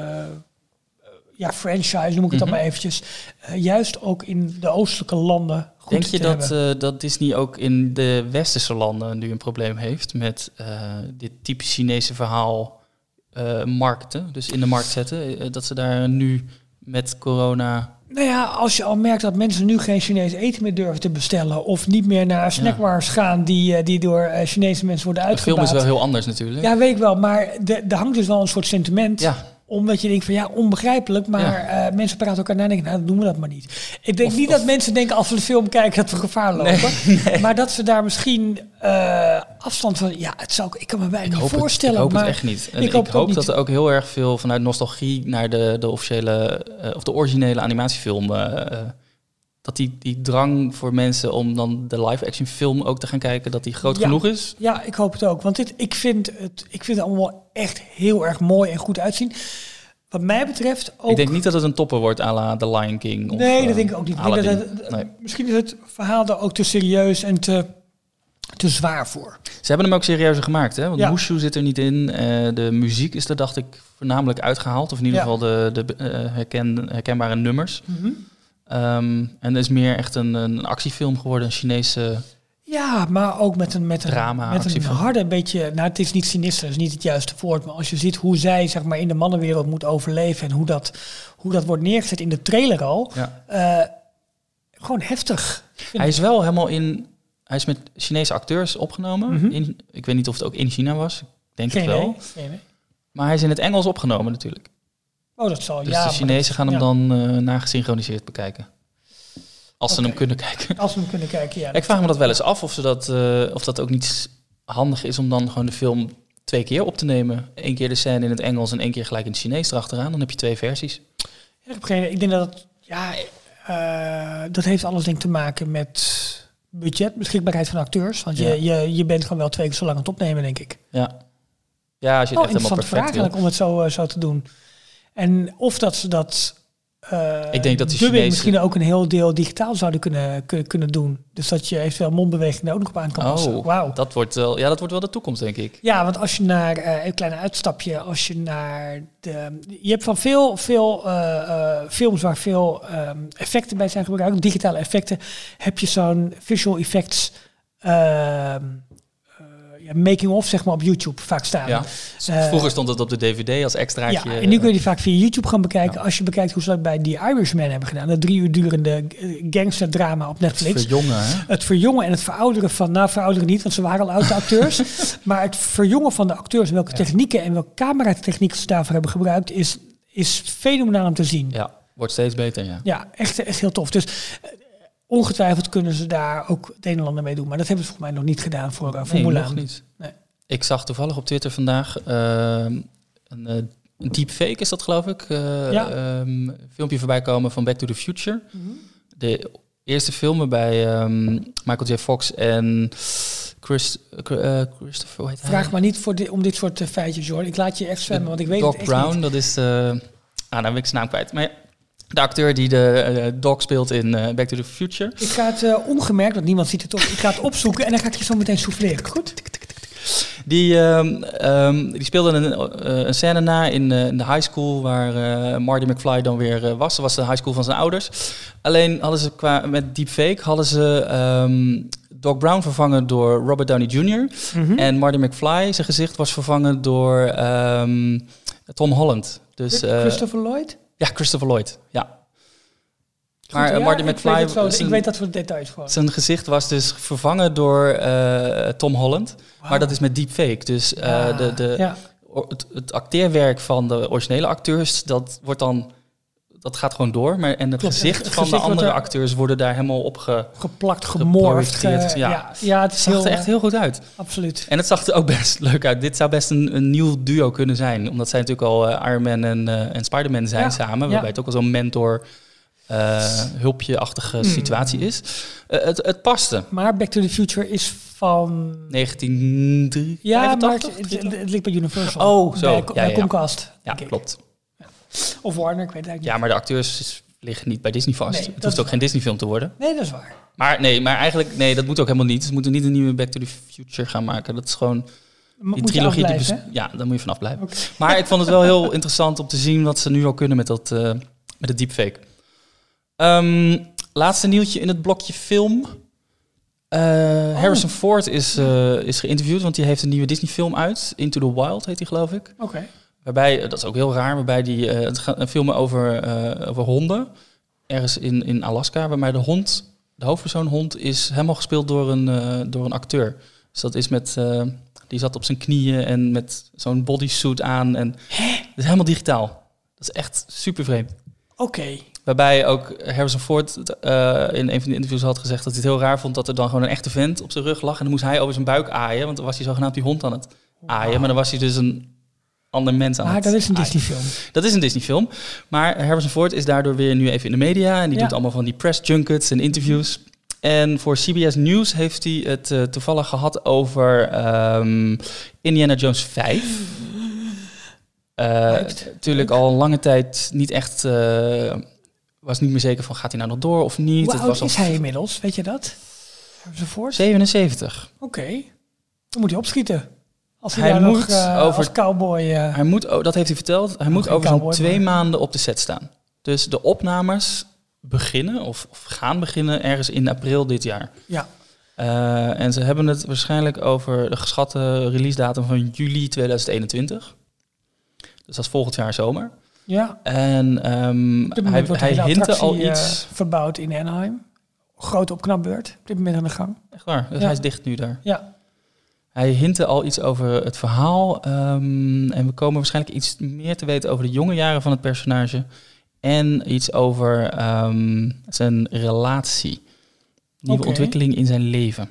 ja, franchise, noem ik het mm-hmm. dan maar eventjes. Uh, juist ook in de oostelijke landen. Goed Denk je te dat, uh, dat Disney ook in de westerse landen nu een probleem heeft met uh, dit typisch Chinese verhaal uh, markten, dus in de markt zetten, uh, dat ze daar nu met corona... Nou ja, als je al merkt dat mensen nu geen Chinees eten meer durven te bestellen of niet meer naar snackwars ja. gaan die, die door uh, Chinese mensen worden uitgebaat. De film is wel heel anders natuurlijk. Ja, weet ik wel, maar er hangt dus wel een soort sentiment... Ja. Omdat je denkt van ja, onbegrijpelijk, maar ja. uh, mensen praten elkaar na en denken, nou, dan doen we dat maar niet. Ik denk of, niet of, dat mensen denken als we de film kijken dat we gevaar lopen. Nee, nee. Maar dat ze daar misschien uh, afstand van, ja, het zou, ik kan me bijna niet voorstellen. Het, ik hoop maar het echt niet. En ik, ik hoop, hoop niet. dat er ook heel erg veel vanuit nostalgie naar de, de officiële, uh, of de originele animatiefilm... Uh, dat die, die drang voor mensen om dan de live-action film ook te gaan kijken, dat die groot ja, genoeg is? Ja, ik hoop het ook. Want dit, ik, vind het, ik vind het allemaal echt heel erg mooi en goed uitzien. Wat mij betreft ook... Ik denk niet dat het een topper wordt à la The Lion King. Of, nee, dat denk ik ook niet. Ik denk dat het, nee. Misschien is het verhaal er ook te serieus en te, te zwaar voor. Ze hebben hem ook serieuzer gemaakt, hè? Want ja. Mushu zit er niet in. Uh, de muziek is er, dacht ik, voornamelijk uitgehaald. Of in ieder ja. geval de, de uh, herken, herkenbare nummers. Mm-hmm. Um, en het is meer echt een, een actiefilm geworden, een Chinese Ja, maar ook met een, met een, drama, met een harde beetje... Nou, het is niet sinister, dat is niet het juiste woord. Maar als je ziet hoe zij zeg maar, in de mannenwereld moet overleven... en hoe dat, hoe dat wordt neergezet in de trailer al... Ja. Uh, gewoon heftig. Hij is wel helemaal in... Hij is met Chinese acteurs opgenomen. Mm-hmm. In, ik weet niet of het ook in China was. Ik denk geen het wel. Nee, geen nee. Maar hij is in het Engels opgenomen natuurlijk. Oh, dat zal, dus ja. Dus de Chinezen dat, gaan hem ja. dan uh, nagesynchroniseerd bekijken. Als ze okay. hem kunnen kijken. Als ze hem kunnen kijken, ja. Ik vraag me dat wel eens af of, ze dat, uh, of dat ook niet handig is om dan gewoon de film twee keer op te nemen. Eén keer de scène in het Engels en één keer gelijk in het Chinees erachteraan. Dan heb je twee versies. Ja, ik, geen, ik denk dat het, ja, uh, dat heeft alles denk ik te maken met budget, beschikbaarheid van acteurs. Want ja. je, je, je bent gewoon wel twee keer zo lang aan het opnemen, denk ik. Ja, ja als je het oh, echt helemaal perfect vraag wil. Om het zo, uh, zo te doen. En of dat ze dat... Uh, ik denk dat de Chinezen misschien ook een heel deel digitaal zouden kunnen, kunnen, kunnen doen. Dus dat je eventueel mondbewegingen ook nog op aan kan passen. Oh, wow. dat wordt wel, ja, dat wordt wel de toekomst, denk ik. Ja, want als je naar uh, een klein uitstapje, als je naar de, je hebt van veel, veel uh, uh, films waar veel um, effecten bij zijn gebruikt, digitale effecten, heb je zo'n visual effects. Uh, Ja, making of zeg maar op YouTube vaak staan. Ja. Uh, Vroeger stond het op de D V D als extraatje. Ja, en nu kun je die vaak via YouTube gaan bekijken. Ja. Als je bekijkt hoe ze dat bij The Irishman hebben gedaan. Dat drie uur durende gangsterdrama op Netflix. Het verjongen, hè? Het verjongen en het verouderen van... Nou, verouderen niet, want ze waren al oude acteurs. Maar het verjongen van de acteurs... welke ja. technieken en welke cameratechnieken ze daarvoor hebben gebruikt... is, is fenomenaal om te zien. Ja, wordt steeds beter, ja. Ja, echt, echt heel tof. Dus... ongetwijfeld kunnen ze daar ook het een en ander mee doen. Maar dat hebben ze volgens mij nog niet gedaan voor, uh, voor nee, Mulan. nog niet. Nee. Ik zag toevallig op Twitter vandaag uh, een, uh, een deepfake, is dat geloof ik. Uh, ja. um, een filmpje voorbij komen van Back to the Future. Mm-hmm. De eerste film waarbij um, Michael J. Fox en Chris, uh, Christopher... Hoe heet Vraag hij? maar niet voor de, om dit soort uh, feitjes, hoor. Ik laat je echt zwemmen, want ik weet Doc het echt Brown, niet. dat is... Uh, ah, nou ben ik zijn naam kwijt. Maar ja, de acteur die de uh, Doc speelt in uh, Back to the Future. Ik ga het uh, ongemerkt, want niemand ziet het op. Ik ga het opzoeken en dan ga ik je zo meteen souffleren. Goed? Die, um, um, die speelde een, uh, een scène na in, uh, in de high school waar uh, Marty McFly dan weer uh, was. Dat was de high school van zijn ouders. Alleen hadden ze qua, met deepfake hadden ze um, Doc Brown vervangen door Robert Downey junior Mm-hmm. En Marty McFly, zijn gezicht was vervangen door um, Tom Holland. Dus, uh, Christopher Lloyd? Ja, Christopher Lloyd, ja. Goed, maar ja, Marty ik McFly... Weet zo, zijn, ik weet dat voor de details gewoon. Zijn gezicht was dus vervangen door uh, Tom Holland. Wow. Maar dat is met deepfake. Dus uh, ja, de, de, ja. het, het acteerwerk van de originele acteurs, dat wordt dan... Dat gaat gewoon door. Maar, en het Klopt, gezicht het van gezicht de andere acteurs worden daar helemaal op ge, geplakt, gemorfd. Uh, ja. Ja. ja, het is zag heel, er echt heel goed uit. Absoluut. En het zag er ook best leuk uit. Dit zou best een, een nieuw duo kunnen zijn. Omdat zij natuurlijk al uh, Iron Man en, uh, en Spider-Man zijn ja. samen. Waarbij ja. het ook al zo'n mentor... Uh, hulpje-achtige mm. situatie is. Uh, het, het paste. Maar Back to the Future is van... negentien vijfentachtig? Ja, maar het, het, het ligt bij Universal. Oh, zo. Bij, ja, bij ja. Comcast. Ja, klopt. Ja. Of Warner, ik weet het eigenlijk Ja, niet. maar de acteurs liggen niet bij Disney vast. Nee, het hoeft ook waar. geen Disney-film te worden. Nee, dat is waar. Maar nee, maar eigenlijk... Nee, dat moet ook helemaal niet. Ze moeten niet een nieuwe Back to the Future gaan maken. Dat is gewoon... Die moet trilogie, die bes- ja, daar moet je vanaf blijven. Okay. Maar ik vond het wel heel interessant om te zien wat ze nu al kunnen met dat uh, met de deepfake. Um, laatste nieuwtje in het blokje film. Uh, oh. Harrison Ford is, uh, is geïnterviewd, want die heeft een nieuwe Disney-film uit. Into the Wild heet die, geloof ik. Oké. Okay. Waarbij, dat is ook heel raar, waarbij die uh, het gaat een film over, uh, over honden. Ergens in, in Alaska, waarbij de hond, de hoofdpersoonhond, is helemaal gespeeld door een, uh, door een acteur. Dus dat is met... Uh, die zat op zijn knieën en met zo'n bodysuit aan. En het is helemaal digitaal. Dat is echt super vreemd. Oké. Okay. Waarbij ook Harrison Ford uh, in een van de interviews had gezegd dat hij het heel raar vond dat er dan gewoon een echte vent op zijn rug lag. En dan moest hij over zijn buik aaien, want dan was hij zogenaamd die hond aan het aaien. Wow. Maar dan was hij dus een ander mens aan maar het dat is een aaien. Disney-film. Dat is een Disney-film. Maar Harrison Ford is daardoor weer nu even in de media. En die ja. doet allemaal van die press junkets en interviews. En voor C B S News heeft hij het uh, toevallig gehad over um, Indiana Jones vijf. Uh, natuurlijk al lange tijd niet echt... Uh, was niet meer zeker van, gaat hij nou nog door of niet? Hoe het oud was is hij inmiddels? Weet je dat? Harrison zevenenzeventig. Oké. Okay. Dan moet hij opschieten. Als hij, hij daar moet nog uh, over, als cowboy... Uh, hij moet, oh, dat heeft hij verteld. Hij moet over zo'n twee maar. maanden op de set staan. Dus de opnames... beginnen of, of gaan beginnen ergens in april dit jaar. Ja. Uh, en ze hebben het waarschijnlijk over de geschatte release datum van juli tweeduizend eenentwintig. Dus dat is volgend jaar zomer. Ja. En um, hij, hij hintte al iets... Uh, verbouwd in Anaheim. Grote opknapbeurt. Op dit moment aan de gang. Echt waar? Dus ja. Hij is dicht nu daar. Ja. Hij hintte al iets over het verhaal. Um, en we komen waarschijnlijk iets meer te weten over de jonge jaren van het personage. En iets over um, zijn relatie. Nieuwe okay. ontwikkeling in zijn leven.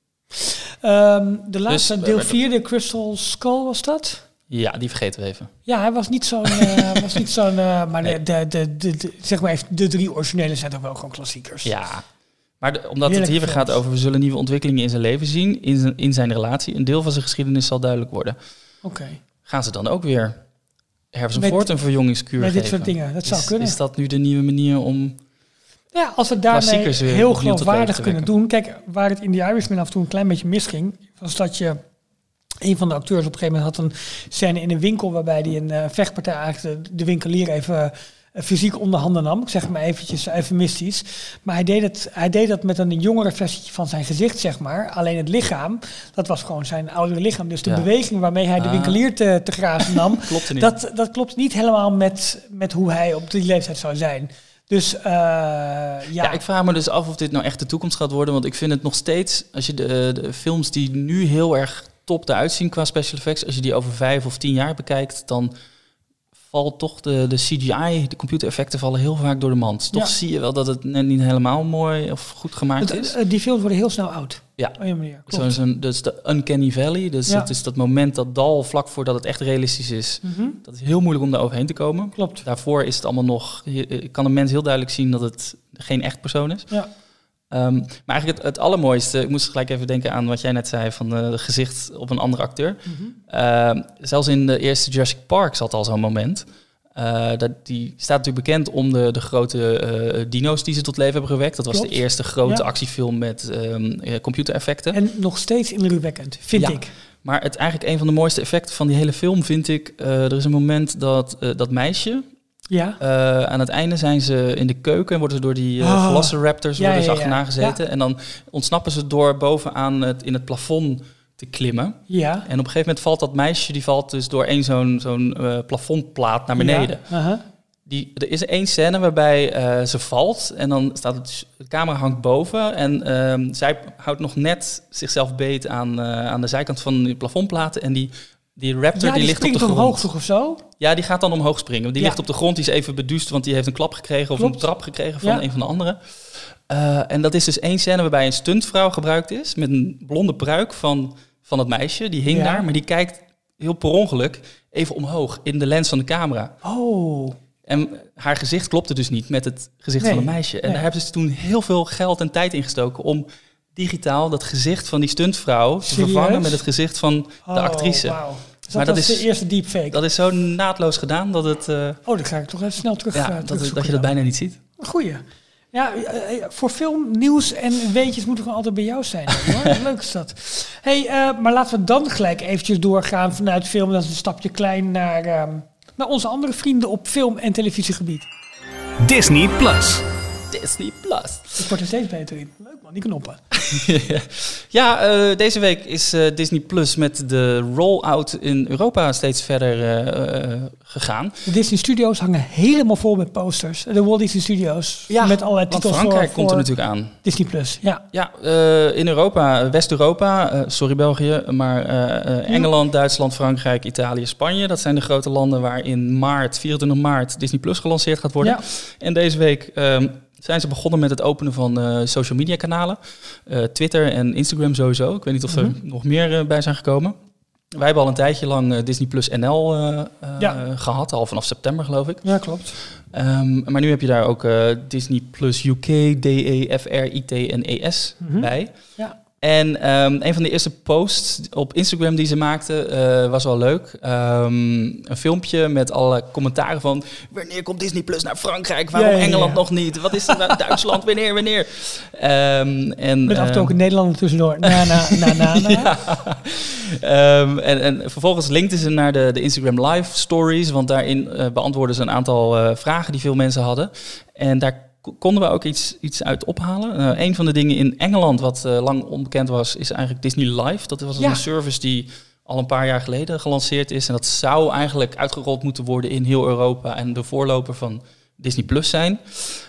Um, de laatste, dus, deel vier, de Crystal Skull, was dat? Ja, die vergeten we even. Ja, hij was niet zo'n... uh, was niet zo'n uh, maar nee. de, de, de, de, zeg maar even, de drie originele zijn toch wel gewoon klassiekers. Ja, maar de, omdat Heerlijke het hier weer gaat over... we zullen nieuwe ontwikkelingen in zijn leven zien, in zijn, in zijn relatie. Een deel van zijn geschiedenis zal duidelijk worden. Oké. Okay. Gaan ze dan ook weer Harrison Ford een verjongingskuur met geven? Met dit soort dingen, dat is, zou kunnen. Is dat nu de nieuwe manier om... Ja, als we daarmee heel geloofwaardig kunnen doen. Kijk, waar het in The Irishman af en toe een klein beetje misging, was dat je... Een van de acteurs op een gegeven moment had een scène in een winkel waarbij hij een uh, vechtpartij eigenlijk de, de winkelier even uh, fysiek onder handen nam. Ik zeg het maar eventjes eufemistisch. Maar hij deed, het, hij deed dat met een jongere versie van zijn gezicht, zeg maar. Alleen het lichaam, dat was gewoon zijn oudere lichaam. Dus de ja. beweging waarmee hij de winkelier te, te grazen nam, klopt dat, dat klopt niet helemaal met, met hoe hij op die leeftijd zou zijn. Dus uh, ja. ja, ik vraag me dus af of dit nou echt de toekomst gaat worden. Want ik vind het nog steeds, als je de, de films die nu heel erg top eruit zien qua special effects, als je die over vijf of tien jaar bekijkt, dan valt toch de, de C G I, de computereffecten vallen heel vaak door de mand. Toch ja. zie je wel dat het net niet helemaal mooi of goed gemaakt het, is. Uh, die films worden heel snel oud. Ja, op een manier. Zo, zo'n, dus de Uncanny Valley, dus ja. het is dat moment dat dal vlak voordat het echt realistisch is. Mm-hmm. Dat is heel moeilijk om daar overheen te komen. Klopt. Daarvoor is het allemaal nog, je, kan een mens heel duidelijk zien dat het geen echt persoon is. Ja. Um, maar eigenlijk het, het allermooiste, ik moest gelijk even denken aan wat jij net zei van uh, de gezicht op een andere acteur. Mm-hmm. Uh, zelfs in de eerste Jurassic Park zat al zo'n moment. Uh, dat, die staat natuurlijk bekend om de, de grote uh, dino's die ze tot leven hebben gewekt. Dat was Klopt. de eerste grote ja. actiefilm met um, computereffecten. En nog steeds indrukwekkend, vind ja. ik. Maar het eigenlijk een van de mooiste effecten van die hele film vind ik, uh, er is een moment dat uh, dat meisje... Ja. Uh, aan het einde zijn ze in de keuken en worden ze door die uh, oh. velociraptors ja, worden ze ja, achterna gezeten. Ja. En dan ontsnappen ze door bovenaan het, in het plafond te klimmen. Ja. En op een gegeven moment valt dat meisje, die valt dus door één zo'n, zo'n uh, plafondplaat naar beneden. Ja. Uh-huh. Die, er is één scène waarbij uh, ze valt en dan staat het, de camera hangt boven en uh, zij houdt nog net zichzelf beet aan, uh, aan de zijkant van die plafondplaten en die... Die raptor ja, die, die ligt op de grond. omhoog toch of zo? Ja, die gaat dan omhoog springen. Die ja. ligt op de grond, die is even beduust, want die heeft een klap gekregen of Klopt. een trap gekregen van ja. een van de anderen. Uh, en dat is dus één scène waarbij een stuntvrouw gebruikt is met een blonde pruik van, van het meisje. Die hing ja. daar, maar die kijkt heel per ongeluk even omhoog in de lens van de camera. Oh. En haar gezicht klopte dus niet met het gezicht nee. van het meisje. En nee. daar hebben ze toen heel veel geld en tijd in gestoken om digitaal dat gezicht van die stuntvrouw te Serieus? vervangen met het gezicht van oh, de actrice. Wow. Dus maar dat, dat is de eerste deepfake. Dat is zo naadloos gedaan dat het... Uh, oh, dan ga ik toch even snel terug. Ja, uh, dat, terug dat je dat bijna niet ziet. Goeie. Ja, uh, voor film, nieuws en weetjes moeten gewoon altijd bij jou zijn. Hoor. Leuk is dat. Hey, uh, maar laten we dan gelijk eventjes doorgaan vanuit film. Dat is een stapje klein naar, uh, naar onze andere vrienden op film- en televisiegebied. Disney Plus. Disney Plus. Ik word er steeds beter in. Leuk man, die knoppen. ja, uh, deze week is uh, Disney Plus met de roll-out in Europa steeds verder uh, uh, gegaan. De Disney Studios hangen helemaal vol met posters. De Walt Disney Studios. Ja, met allerlei titels. Frankrijk voor, komt er voor natuurlijk aan. Disney Plus, ja. Ja, uh, in Europa, West-Europa, uh, sorry België, maar uh, uh, Engeland, Duitsland, Frankrijk, Italië, Spanje. Dat zijn de grote landen waar in maart, vierentwintig maart, Disney Plus gelanceerd gaat worden. Ja. En deze week... Um, zijn ze begonnen met het openen van uh, social media kanalen. Uh, Twitter en Instagram sowieso. Ik weet niet of er mm-hmm. nog meer uh, bij zijn gekomen. Wij hebben al een tijdje lang uh, Disney Plus N L uh, uh, ja. gehad. Al vanaf september geloof ik. Ja, klopt. Um, maar nu heb je daar ook uh, Disney Plus U K, D E, F R, I T en E S mm-hmm. bij. Ja. En um, een van de eerste posts op Instagram die ze maakten uh, was wel leuk. Um, een filmpje met alle commentaren van... wanneer komt Disney Plus naar Frankrijk? Waarom ja, ja, ja. Engeland nog niet? Wat is er Duitsland? Wanneer, wanneer? Um, en, met af en toe ook een Nederlander tussendoor. Na, na, na, na, na. ja. um, en, en vervolgens linkten ze naar de, de Instagram Live Stories... want daarin uh, beantwoorden ze een aantal uh, vragen die veel mensen hadden. En daar konden we ook iets, iets uit ophalen. Uh, een van de dingen in Engeland wat uh, lang onbekend was, is eigenlijk Disney Live. Dat was ja. een service die al een paar jaar geleden gelanceerd is. En dat zou eigenlijk uitgerold moeten worden in heel Europa en de voorloper van Disney Plus zijn.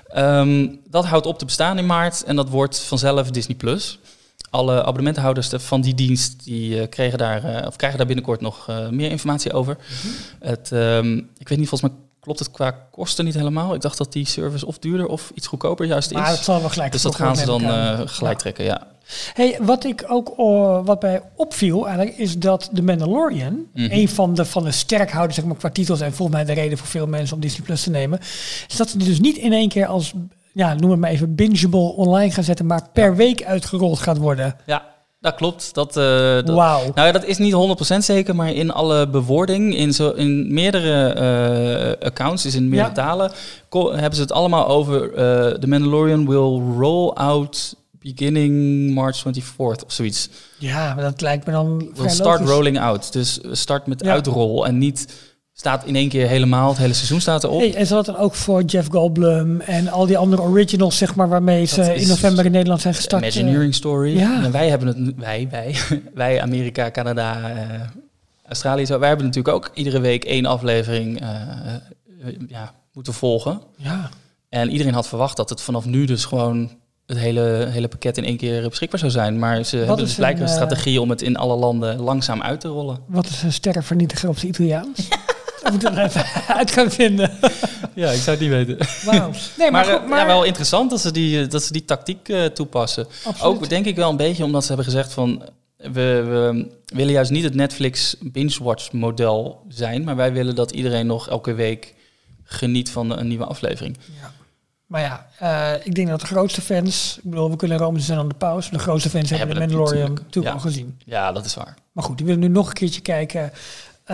Um, dat houdt op te bestaan in maart en dat wordt vanzelf Disney Plus. Alle abonnementhouders van die dienst die uh, kregen daar, uh, of krijgen daar binnenkort nog uh, meer informatie over. Mm-hmm. Het, um, ik weet niet, volgens mij klopt het qua kosten niet helemaal. Ik dacht dat die service of duurder of iets goedkoper juist maar is. Het zal wel gelijk dus dat gaan ze dan uh, gelijk ja. trekken, ja. Hey, wat ik ook uh, wat mij opviel eigenlijk is dat The Mandalorian, mm-hmm. een van de van de sterkhouders zeg maar qua titels en volgens mij de reden voor veel mensen om Disney Plus te nemen, is dat ze dus niet in één keer als ja, noem het maar even bingeable online gaan zetten, maar per ja. week uitgerold gaat worden. Ja, dat klopt. Dat, uh, dat, Wauw. Nou ja, dat is niet honderd procent zeker, maar in alle bewoording, in, zo, in meerdere uh, accounts, dus in meerdere ja. talen, ko- hebben ze het allemaal over uh, The Mandalorian will roll out beginning March twenty-fourth of zoiets. Ja, maar dat lijkt me dan We'll start logisch. rolling out. Dus start met ja. uitrol en niet staat in één keer helemaal, het hele seizoen staat erop. Hey, en zal het dan ook voor Jeff Goldblum en al die andere originals, zeg maar, waarmee dat ze in november in Nederland zijn gestart. Imagineering Story. Ja. En wij hebben het, wij, wij, wij, Amerika, Canada, uh, Australië, zo, wij hebben natuurlijk ook iedere week één aflevering uh, uh, ja, moeten volgen. Ja. En iedereen had verwacht dat het vanaf nu dus gewoon het hele, hele pakket in één keer beschikbaar zou zijn. Maar ze wat hebben dus blijkbaar een, een strategie om het in alle landen langzaam uit te rollen. Wat is een sterrenvernietiger op zijn Italiaans? Dat moet ik dan even uit gaan vinden. Ja, ik zou het niet weten. Wauw. Nee, maar, maar, goed, maar... Ja, wel interessant dat ze die, dat ze die tactiek uh, toepassen. Absoluut. Ook denk ik wel een beetje omdat ze hebben gezegd van we, we willen juist niet het Netflix binge-watch model zijn, maar wij willen dat iedereen nog elke week geniet van een nieuwe aflevering. Ja. Maar ja, uh, ik denk dat de grootste fans, ik bedoel, we kunnen Rome zijn aan de pauze, de grootste fans hebben de Mandalorian natuurlijk, natuurlijk ja. al gezien. Ja, dat is waar. Maar goed, die willen nu nog een keertje kijken. Uh,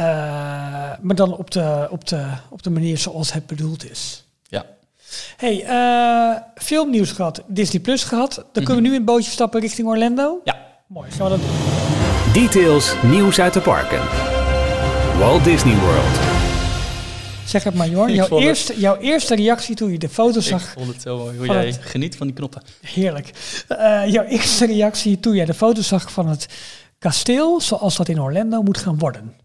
maar dan op de, op, de, op de manier zoals het bedoeld is. Ja. Hey, uh, filmnieuws gehad, Disney Plus gehad. Dan mm-hmm. kunnen we nu in een bootje stappen richting Orlando. Ja. Mooi, gaan we dat doen. Details, nieuws uit de parken. Walt Disney World. Zeg het maar, Jorn. Jouw eerste, jouw eerste reactie toen je de foto's zag. Ik vond het zo mooi hoe jij het... geniet van die knoppen. Heerlijk. Uh, jouw eerste reactie toen jij de foto's zag van het kasteel zoals dat in Orlando moet gaan worden.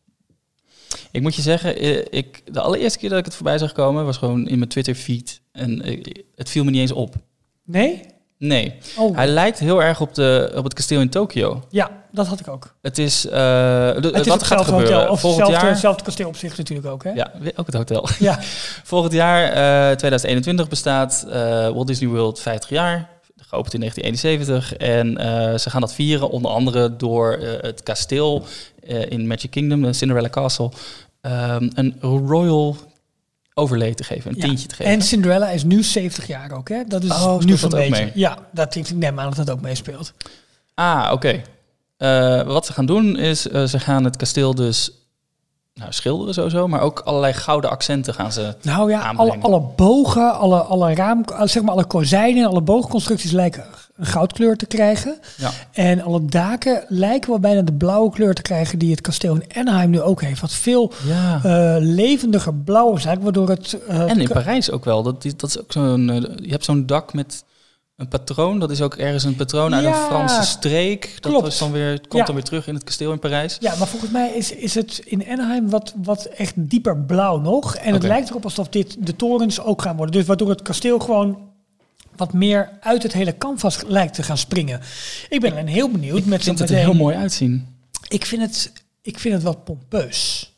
Ik moet je zeggen, ik, de allereerste keer dat ik het voorbij zag komen was gewoon in mijn Twitter feed. En het viel me niet eens op. Nee? Nee. Oh. Hij lijkt heel erg op, de, op het kasteel in Tokio. Ja, dat had ik ook. Het is, uh, de, het is wat gaat gebeuren. Hotel, of volgend zelfde, jaar. Hetzelfde kasteel op zich natuurlijk ook, hè? Ja, ook het hotel. Ja. Volgend jaar, uh, twintig eenentwintig, bestaat uh, Walt Disney World vijftig jaar. Geopend in negentien eenenzeventig. En uh, ze gaan dat vieren onder andere door uh, het kasteel uh, in Magic Kingdom, de Cinderella Castle, um, een royal overlay te geven, een ja. tientje te geven. En Cinderella is nu zeventig jaar ook, hè? Dat is oh, nu van dat ook mee. Ja, dat ik neem aan dat dat ook meespeelt. Ah, oké. Okay. Uh, wat ze gaan doen is, uh, ze gaan het kasteel dus nou, schilderen sowieso, maar ook allerlei gouden accenten gaan ze Nou ja, aanbrengen. alle, alle bogen, alle, alle raam, zeg maar alle kozijnen, alle boogconstructies lijken een goudkleur te krijgen. Ja. En alle daken lijken wel bijna de blauwe kleur te krijgen die het kasteel in Anaheim nu ook heeft. Wat veel ja. uh, levendiger blauw is eigenlijk, waardoor het... Uh, en in Parijs ook wel. Dat, dat is ook zo'n, uh, je hebt zo'n dak met een patroon. Dat is ook ergens een patroon uit ja, een Franse streek. Dat klopt. Was dan weer, komt ja. dan weer terug in het kasteel in Parijs. Ja, maar volgens mij is, is het in Anaheim wat, wat echt dieper blauw nog. En okay. Het lijkt erop alsof dit de torens ook gaan worden. Dus waardoor het kasteel gewoon wat meer uit het hele canvas lijkt te gaan springen. Ik ben alleen heel benieuwd. Ik met vind het er heel mooi uitzien. Ik vind het, ik vind het wat pompeus.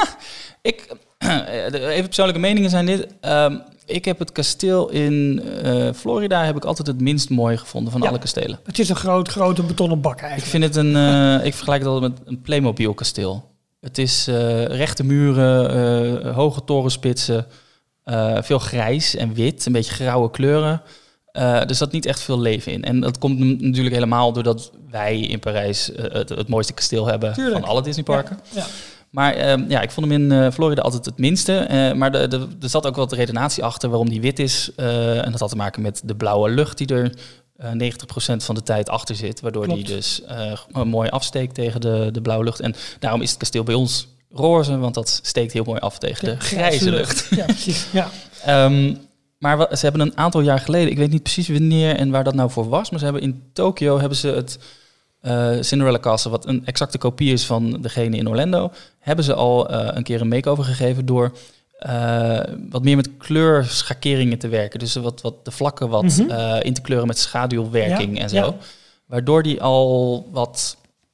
ik, even persoonlijke meningen zijn dit. Um, ik heb het kasteel in uh, Florida heb ik altijd het minst mooi gevonden van ja, alle kastelen. Het is een groot, grote betonnen bak eigenlijk. Ik vind het een, uh, ik vergelijk het altijd met een Playmobil kasteel. Het is uh, rechte muren, uh, hoge torenspitsen, uh, veel grijs en wit, een beetje grauwe kleuren. Uh, er zat niet echt veel leven in. En dat komt n- natuurlijk helemaal doordat wij in Parijs uh, het, het mooiste kasteel hebben Tuurlijk. van alle Disneyparken. Ja, ja. Maar um, ja, ik vond hem in uh, Florida altijd het minste. Uh, maar de, de, er zat ook wat redenatie achter waarom die wit is. Uh, en dat had te maken met de blauwe lucht die er uh, negentig procent van de tijd achter zit. Waardoor Klopt. die dus uh, mooi afsteekt tegen de, de blauwe lucht. En daarom is het kasteel bij ons roze, want dat steekt heel mooi af tegen de, de grijze lucht. Ja, precies. Ja. um, maar wat, ze hebben een aantal jaar geleden, ik weet niet precies wanneer en waar dat nou voor was, maar ze hebben in Tokio hebben ze het uh, Cinderella Castle, wat een exacte kopie is van degene in Orlando, hebben ze al uh, een keer een make-over gegeven door uh, wat meer met kleurschakeringen te werken. Dus wat, wat de vlakken wat mm-hmm. uh, in te kleuren met schaduwwerking ja, en zo. Ja. Waardoor die al wat,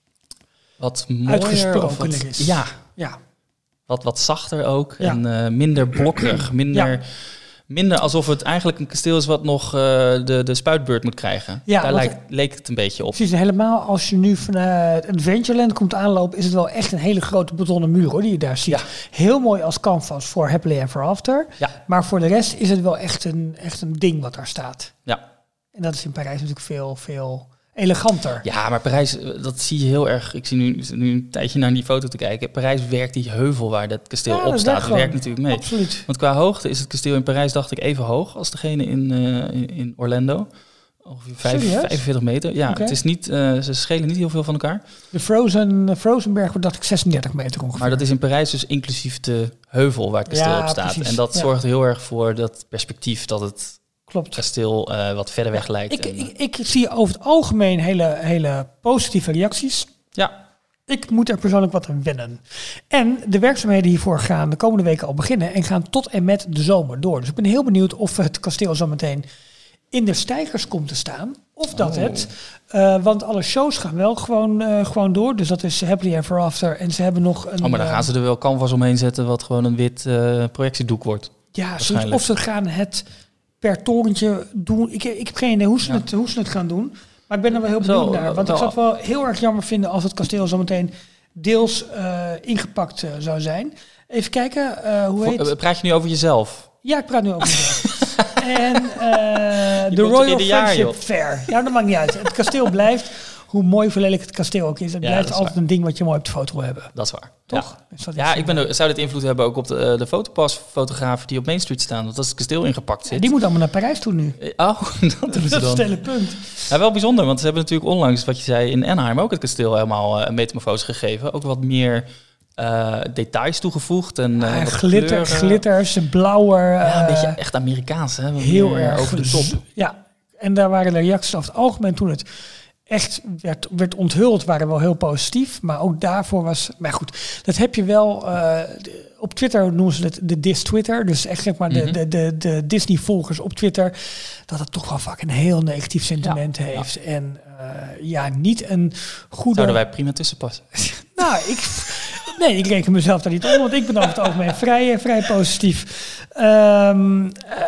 wat mooier... Uitgesproken wat, is. Ja, ja. Wat, wat zachter ook ja. en uh, minder blokkerig, minder... Ja. Minder alsof het eigenlijk een kasteel is wat nog uh, de, de spuitbeurt moet krijgen. Ja, daar lijkt, leek het een beetje op. Precies, helemaal als je nu vanuit Adventureland komt aanlopen, is het wel echt een hele grote betonnen muur hoor, die je daar ziet. Ja. Heel mooi als canvas voor Happily Ever After. Ja. Maar voor de rest is het wel echt een, echt een ding wat daar staat. Ja. En dat is in Parijs natuurlijk veel, veel eleganter. Ja, maar Parijs, dat zie je heel erg. Ik zie nu, nu een tijdje naar die foto te kijken. Parijs werkt die heuvel waar dat kasteel ja, op staat. Dat werkt natuurlijk mee. Absoluut. Want qua hoogte is het kasteel in Parijs, dacht ik, even hoog als degene in, uh, in, in Orlando. Ongeveer vijfenveertig meter. Ja, okay. Het is niet, uh, ze schelen niet heel veel van elkaar. De Frozen, Frozenberg wordt dacht ik zesendertig meter ongeveer. Maar dat is in Parijs dus inclusief de heuvel waar het kasteel ja, op staat. Precies. En dat ja. zorgt heel erg voor dat perspectief dat het Klopt. kasteel uh, wat verder weg lijkt. Ik, en, uh, ik, ik zie over het algemeen hele, hele positieve reacties. Ja. Ik moet er persoonlijk wat aan wennen. En de werkzaamheden hiervoor gaan de komende weken al beginnen en gaan tot en met de zomer door. Dus ik ben heel benieuwd of het kasteel zo meteen in de steigers komt te staan. Of dat oh. het. Uh, want alle shows gaan wel gewoon, uh, gewoon door. Dus dat is Happily Ever After. En ze hebben nog een... Oh, maar dan gaan ze er wel canvas omheen zetten wat gewoon een wit uh, projectiedoek wordt. Ja, of ze gaan het per torentje doen. Ik, ik heb geen idee hoe ze, ja. het, hoe ze het gaan doen. Maar ik ben er wel heel benieuwd naar. Want ik zou het wel heel erg jammer vinden als het kasteel zo meteen deels uh, ingepakt uh, zou zijn. Even kijken, uh, hoe heet... Voor, praat je nu over jezelf? Ja, ik praat nu over mezelf. En uh, de Royal Friendship Fair. Ja, dat maakt niet uit. Het kasteel blijft, hoe mooi of lelijk het kasteel ook is, het ja, blijft altijd waar. Een ding wat je mooi op de foto wil hebben. Dat is waar. Toch? Ja, is dat ja ik ben er, zou dit invloed hebben ook op de, de fotopasfotografen die op Main Street staan. Want als het kasteel ingepakt zit. Ja, die moet allemaal naar Parijs toe nu. Oh, dat doen ze dan. Dat is het hele punt. Ja, wel bijzonder, want ze hebben natuurlijk onlangs, wat je zei, in Anaheim ook het kasteel helemaal uh, een metamorfose gegeven. Ook wat meer... Uh, details toegevoegd en uh, ah, glitter, kleuren. glitters, blauwer. Uh, ja, een beetje echt Amerikaans, hè? Heel erg over de top. Ja, en daar waren de reacties over het algemeen toen het echt werd, werd onthuld, waren wel heel positief. Maar ook daarvoor was... Maar goed, dat heb je wel... Uh, de, op Twitter noemen ze het de Dis-Twitter. Dus echt zeg maar de, mm-hmm. de, de, de Disney-volgers op Twitter. Dat het toch wel vaak een heel negatief sentiment ja, heeft. Ja. En uh, ja, niet een goede... Zouden wij prima tussen passen? Nou, ik... Nee, ik reken mezelf daar niet om, want ik ben over het algemeen vrij, vrij positief. Um, uh,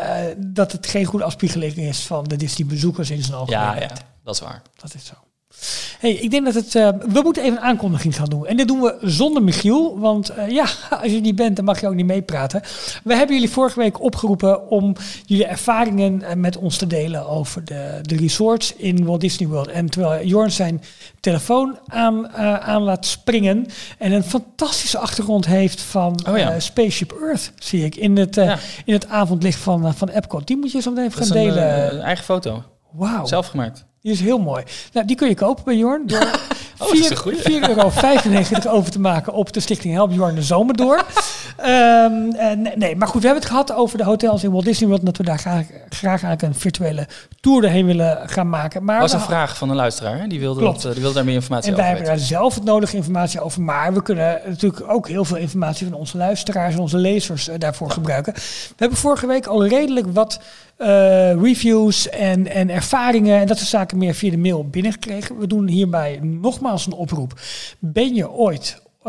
dat het geen goede afspiegeling is van de Disney-bezoekers in zijn algemeen. Ja, ja, dat is waar. Dat is zo. Hey, ik denk dat het... Uh, we moeten even een aankondiging gaan doen. En dit doen we zonder Michiel. Want uh, ja, als je niet bent, dan mag je ook niet meepraten. We hebben jullie vorige week opgeroepen om jullie ervaringen uh, met ons te delen over de, de resorts in Walt Disney World. En terwijl Jorn zijn telefoon aan, uh, aan laat springen en een fantastische achtergrond heeft van oh ja. uh, Spaceship Earth, zie ik, in het, uh, ja. in het avondlicht van, uh, van Epcot. Die moet je zo meteen even gaan een, delen. Uh, eigen foto. Wauw. Zelf gemaakt. Die is heel mooi. Nou, die kun je kopen bij Jorn door oh, vier euro vijfennegentig over te maken op de stichting Help Jorn de Zomer door. um, uh, nee, nee, maar goed, we hebben het gehad over de hotels in Walt Disney World. Dat we daar graag, graag eigenlijk een virtuele tour erheen willen gaan maken. Maar was een we, vraag van een luisteraar. Hè? Die, wilde dat, die wilde daar meer informatie en over wij hebben daar zelf het nodige informatie over. Maar we kunnen natuurlijk ook heel veel informatie van onze luisteraars en onze lezers uh, daarvoor ja. gebruiken. We hebben vorige week al redelijk wat... Uh, reviews en, en ervaringen en dat soort zaken meer via de mail binnengekregen. We doen hierbij nogmaals een oproep. Ben je ooit, uh,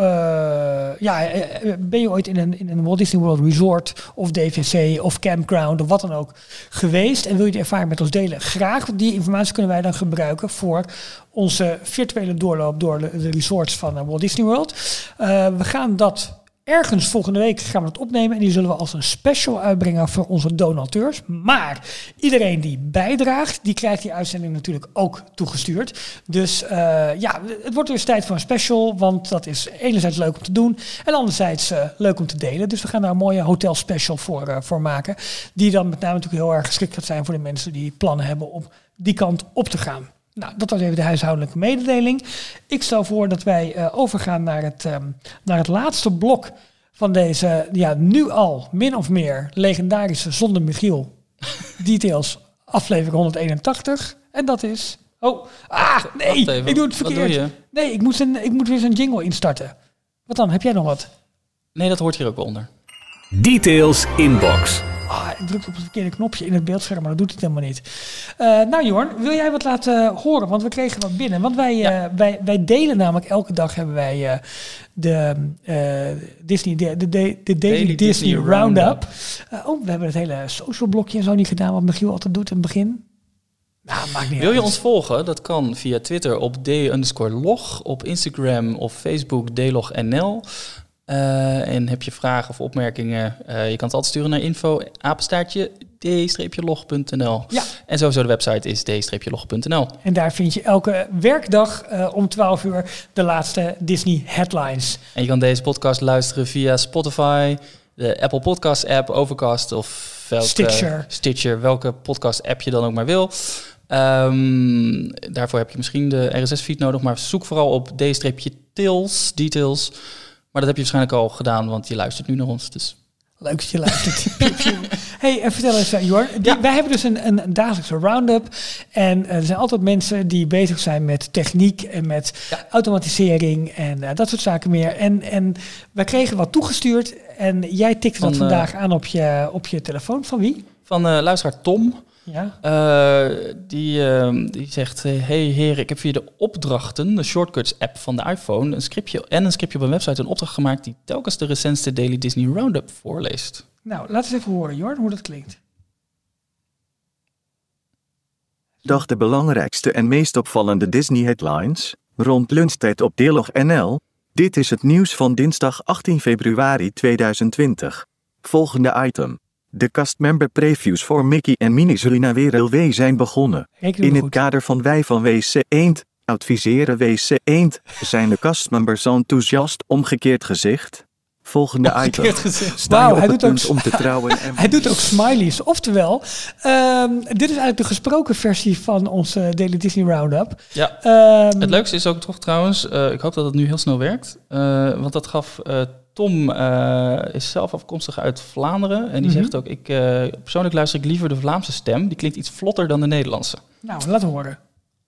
ja, ben je ooit in een, in een Walt Disney World Resort of D V C of campground of wat dan ook geweest en wil je die ervaring met ons delen? Graag, want die informatie kunnen wij dan gebruiken voor onze virtuele doorloop door de, de resorts van uh, Walt Disney World. Uh, we gaan dat... Ergens volgende week gaan we het opnemen en die zullen we als een special uitbrengen voor onze donateurs. Maar iedereen die bijdraagt, die krijgt die uitzending natuurlijk ook toegestuurd. Dus uh, ja, het wordt dus tijd voor een special, want dat is enerzijds leuk om te doen en anderzijds uh, leuk om te delen. Dus we gaan daar een mooie hotel special voor, uh, voor maken, die dan met name natuurlijk heel erg geschikt gaat zijn voor de mensen die plannen hebben om die kant op te gaan. Nou, dat was even de huishoudelijke mededeling. Ik stel voor dat wij uh, overgaan naar het, um, naar het laatste blok van deze, ja, nu al min of meer legendarische Zonder Michiel Details, aflevering honderdeenentachtig. En dat is... Oh, ah, nee, ik doe het verkeerd. Wat doe je? Nee, ik moet, een, ik moet weer zo'n jingle instarten. Wat dan? Heb jij nog wat? Nee, dat hoort hier ook wel onder. Details inbox. Ah, ik druk op het verkeerde knopje in het beeldscherm, maar dat doet het helemaal niet. Uh, nou Jorn, wil jij wat laten horen? Want we kregen wat binnen. Want wij, ja. uh, wij, wij delen namelijk elke dag hebben wij uh, de, uh, Disney, de, de, de, de Daily, Daily Disney, Disney Roundup. Roundup. Uh, oh, we hebben het hele social blokje en zo niet gedaan, wat Michiel altijd doet in het begin. Nou, maakt niet Wil je uit. ons volgen? Dat kan via Twitter op d underscore log, op Instagram of Facebook dlogNL. Uh, en heb je vragen of opmerkingen, uh, je kan het altijd sturen naar info apenstaartje d-log punt n l. Ja. En sowieso de website is d-log punt n l. En daar vind je elke werkdag uh, om twaalf uur de laatste Disney headlines. En je kan deze podcast luisteren via Spotify, de Apple Podcast app, Overcast of welke, Stitcher. Stitcher, welke podcast app je dan ook maar wil. Um, daarvoor heb je misschien de R S S-feed nodig, maar zoek vooral op d-tails, details. Maar dat heb je waarschijnlijk al gedaan, want je luistert nu naar ons. Dus. Leuk dat je luistert. Hey, en vertel eens, Jorn. Ja. Wij hebben dus een, een, een dagelijkse round-up. En uh, er zijn altijd mensen die bezig zijn met techniek en met ja. automatisering en uh, dat soort zaken meer. En, en wij kregen wat toegestuurd en jij tikte van, dat vandaag uh, aan op je, op je telefoon. Van wie? Van uh, luisteraar Tom. Ja. Uh, die, uh, die zegt, hey heren, ik heb via de opdrachten, de shortcuts app van de iPhone, een scriptje en een scriptje op een website, een opdracht gemaakt die telkens de recentste Daily Disney Roundup voorleest. Nou, laat eens even horen, Jorn, hoe dat klinkt. Dag de belangrijkste en meest opvallende Disney headlines, rond lunchtijd op D-log N L. Dit is het nieuws van dinsdag achttien februari tweeduizend twintig. Volgende item. De castmember previews voor Mickey en Minnie's Runaway zijn begonnen. In het kader van Wij van W C Eend, adviseren W C Eend, zijn de castmembers enthousiast omgekeerd gezicht. Volgende item. Wauw, hij doet ook om te trouwen. En hij doet ook smileys. Oftewel, um, dit is eigenlijk de gesproken versie van onze Daily Disney Roundup. Ja. Um, het leukste is ook toch trouwens, uh, ik hoop dat het nu heel snel werkt, uh, want dat gaf uh, Tom uh, is zelf afkomstig uit Vlaanderen en die mm-hmm. zegt ook, ik uh, persoonlijk luister ik liever de Vlaamse stem. Die klinkt iets vlotter dan de Nederlandse. Nou, laten we horen.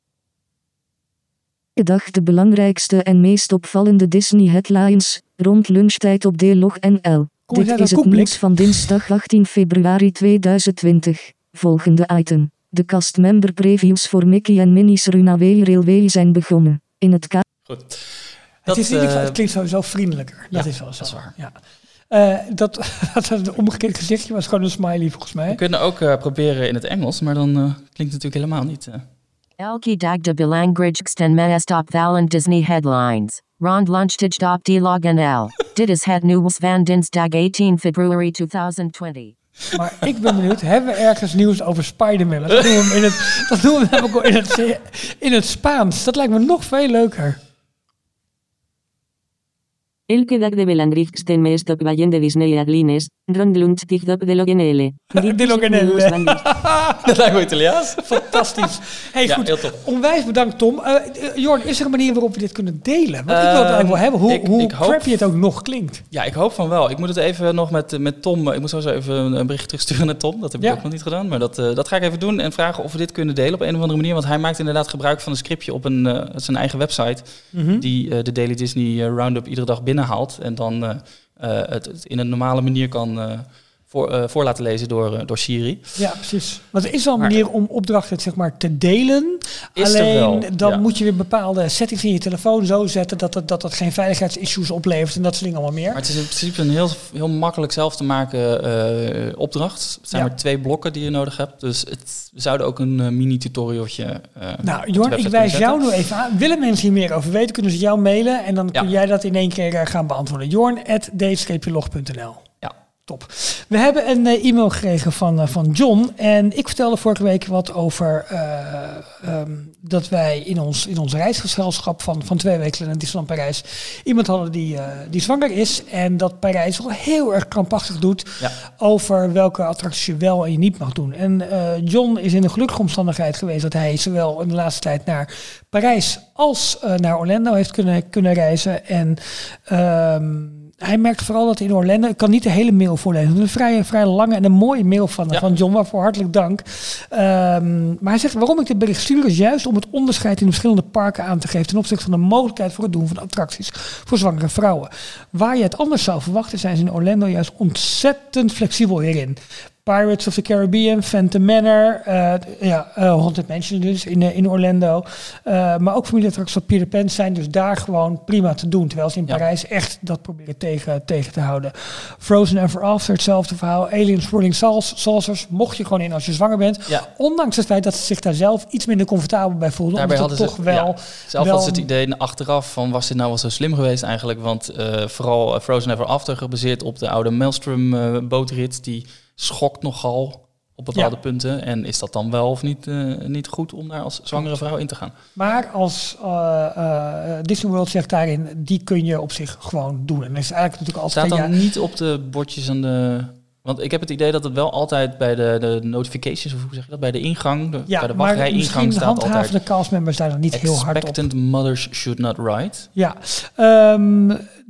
Dag de belangrijkste en meest opvallende Disney headlines rond lunchtijd op D-log N L. Kom, Dit is het nieuws van dinsdag achttien februari tweeduizend twintig. Volgende item. De castmember previews voor Mickey en Minnie's Runaway Railway zijn begonnen. In het kader. Goed. Het, is uh, het klinkt sowieso vriendelijker. Ja, dat is wel zo. Dat is waar. Ja. Uh, dat dat een omgekeerd gezichtje was gewoon een smiley volgens mij. We kunnen ook uh, proberen in het Engels, maar dan uh, klinkt het natuurlijk helemaal niet. Uh. Elke dag de belangrijkste meest opvallende Disney headlines. Rond lunchtij op D-log N L. Dit is het nieuws van dinsdag achttien februari tweeduizend twintig. Maar ik ben benieuwd, hebben we ergens nieuws over Spider-Man? Dat doen we in het, dat doen we namelijk ook in het, in het Spaans. Dat lijkt me nog veel leuker. Elke dag de belangrijkste meest opvallende Disney headlines, rond lunchtij op D-log N L. D-log N L. Dat lijkt me Italiaans. Fantastisch. Hey, ja, goed. Heel tof. Onwijs bedankt, Tom. Uh, Jorn, is er een manier waarop we dit kunnen delen? Want uh, ik wil het eigenlijk wel hebben, hoe, ik, hoe ik hoop, crappy het ook nog klinkt. Ja, ik hoop van wel. Ik moet het even nog met, met Tom... Ik moet sowieso even een bericht terugsturen naar Tom. Dat heb ik ja. ook nog niet gedaan. Maar dat, uh, dat ga ik even doen en vragen of we dit kunnen delen op een of andere manier. Want hij maakt inderdaad gebruik van een scriptje op een, uh, zijn eigen website. Mm-hmm. Die uh, de Daily Disney uh, Roundup iedere dag binnenhaalt. En dan uh, uh, het, het in een normale manier kan... Uh, Voor, uh, voor laten lezen door, uh, door Siri. Ja, precies. Want er is wel een manier maar, om opdrachten zeg maar, te delen. Is Alleen er wel, dan ja. moet je weer bepaalde settings in je telefoon zo zetten... dat het, dat het geen veiligheidsissues oplevert en dat soort dingen allemaal meer. Maar het is in principe een heel, heel makkelijk zelf te maken uh, opdracht. Het zijn ja. maar twee blokken die je nodig hebt. Dus het, we zouden ook een uh, mini-tutorialtje uh, Nou, Jorn, ik wijs jou nu even aan. Willen mensen hier meer over weten, kunnen ze jou mailen... en dan ja. kun jij dat in één keer uh, gaan beantwoorden. jorn at d-log punt n l. Ja. Top. We hebben een uh, e-mail gekregen van, uh, van John. En ik vertelde vorige week wat over uh, um, dat wij in ons, in ons reisgezelschap van, van twee weken naar Disneyland Parijs iemand hadden die, uh, die zwanger is. En dat Parijs wel heel erg krampachtig doet ja. over welke attracties je wel en je niet mag doen. En uh, John is in de gelukkige omstandigheid geweest dat hij zowel in de laatste tijd naar Parijs als uh, naar Orlando heeft kunnen, kunnen reizen. En... Um, hij merkt vooral dat in Orlando... Ik kan niet de hele mail voorlezen. Het is een vrij, vrij lange en een mooie mail van, ja. van John. Waarvoor hartelijk dank. Um, maar hij zegt, waarom ik dit bericht stuur... is juist om het onderscheid in de verschillende parken aan te geven... ten opzichte van de mogelijkheid voor het doen van attracties... voor zwangere vrouwen. Waar je het anders zou verwachten... zijn ze in Orlando juist ontzettend flexibel hierin. Pirates of the Caribbean, Phantom Manor, uh, ja, uh, Haunted Mansion dus in, uh, in Orlando. Uh, maar ook familieattracties van Peter Pan zijn dus daar gewoon prima te doen. Terwijl ze in ja. Parijs echt dat proberen tegen, tegen te houden. Frozen Ever After, hetzelfde verhaal. Aliens, Rolling Saucers, mocht je gewoon in als je zwanger bent. Ja. Ondanks het feit dat ze zich daar zelf iets minder comfortabel bij voelden. Daarbij hadden ze toch wel... Ja, zelf wel had ze het idee achteraf van, was dit nou wel zo slim geweest eigenlijk? Want uh, vooral uh, Frozen Ever After gebaseerd op de oude Maelstrom uh, bootrit, die schokt nogal op bepaalde ja. punten. En is dat dan wel of niet, uh, niet goed om daar als zwangere vrouw in te gaan? Maar als uh, uh, Disney World zegt daarin, die kun je op zich gewoon doen. En dat is eigenlijk natuurlijk altijd... Staat dan ja, niet op de bordjes aan de... Want ik heb het idee dat het wel altijd bij de, de notifications, of hoe zeg je dat, bij de ingang, de, ja, bij de wachtrij ingang staat altijd... handhaven de castmembers daar dan niet heel hard op. Expectant mothers should not ride. Ja, um,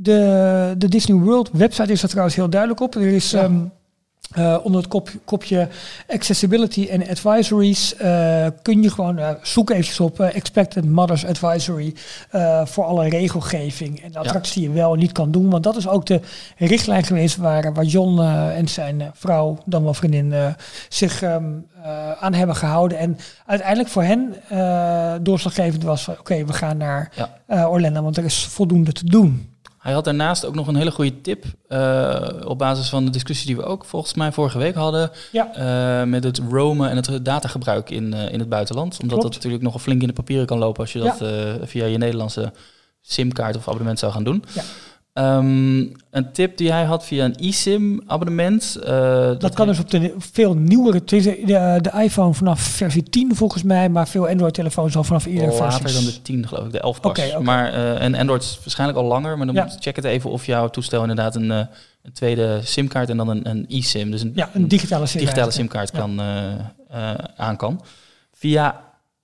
de, de Disney World website is er trouwens heel duidelijk op. Er is... Ja. Um, Uh, onder het kop, kopje Accessibility en Advisories uh, kun je gewoon uh, zoek eventjes op uh, Expectant Mothers Advisory uh, voor alle regelgeving en de attracties ja. die je wel en niet kan doen. Want dat is ook de richtlijn geweest waar, waar John uh, en zijn uh, vrouw, dan wel vriendin, uh, zich um, uh, aan hebben gehouden. En uiteindelijk voor hen uh, doorslaggevend was van oké, okay, we gaan naar ja. uh, Orlando, want er is voldoende te doen. Hij had daarnaast ook nog een hele goede tip uh, op basis van de discussie die we ook volgens mij vorige week hadden. Ja. Uh, met het roamen en het datagebruik in, uh, in het buitenland. Omdat Klopt. dat natuurlijk nogal flink in de papieren kan lopen als je dat ja. uh, via je Nederlandse simkaart of abonnement zou gaan doen. Ja. Um, een tip die hij had via een eSIM-abonnement. Uh, dat, dat kan hij... dus op de veel nieuwere, de, de iPhone vanaf versie tien volgens mij, maar veel Android-telefoons al vanaf iedere versie. Later dan de tien geloof ik, de elf pas. Okay, okay. Maar, uh, en Android is waarschijnlijk al langer, maar dan ja. moet check het even of jouw toestel inderdaad een, uh, een tweede simkaart en dan een, een eSIM. Dus een, ja, een digitale, sim digitale simkaart kan, ja. uh, uh, aan kan. Via...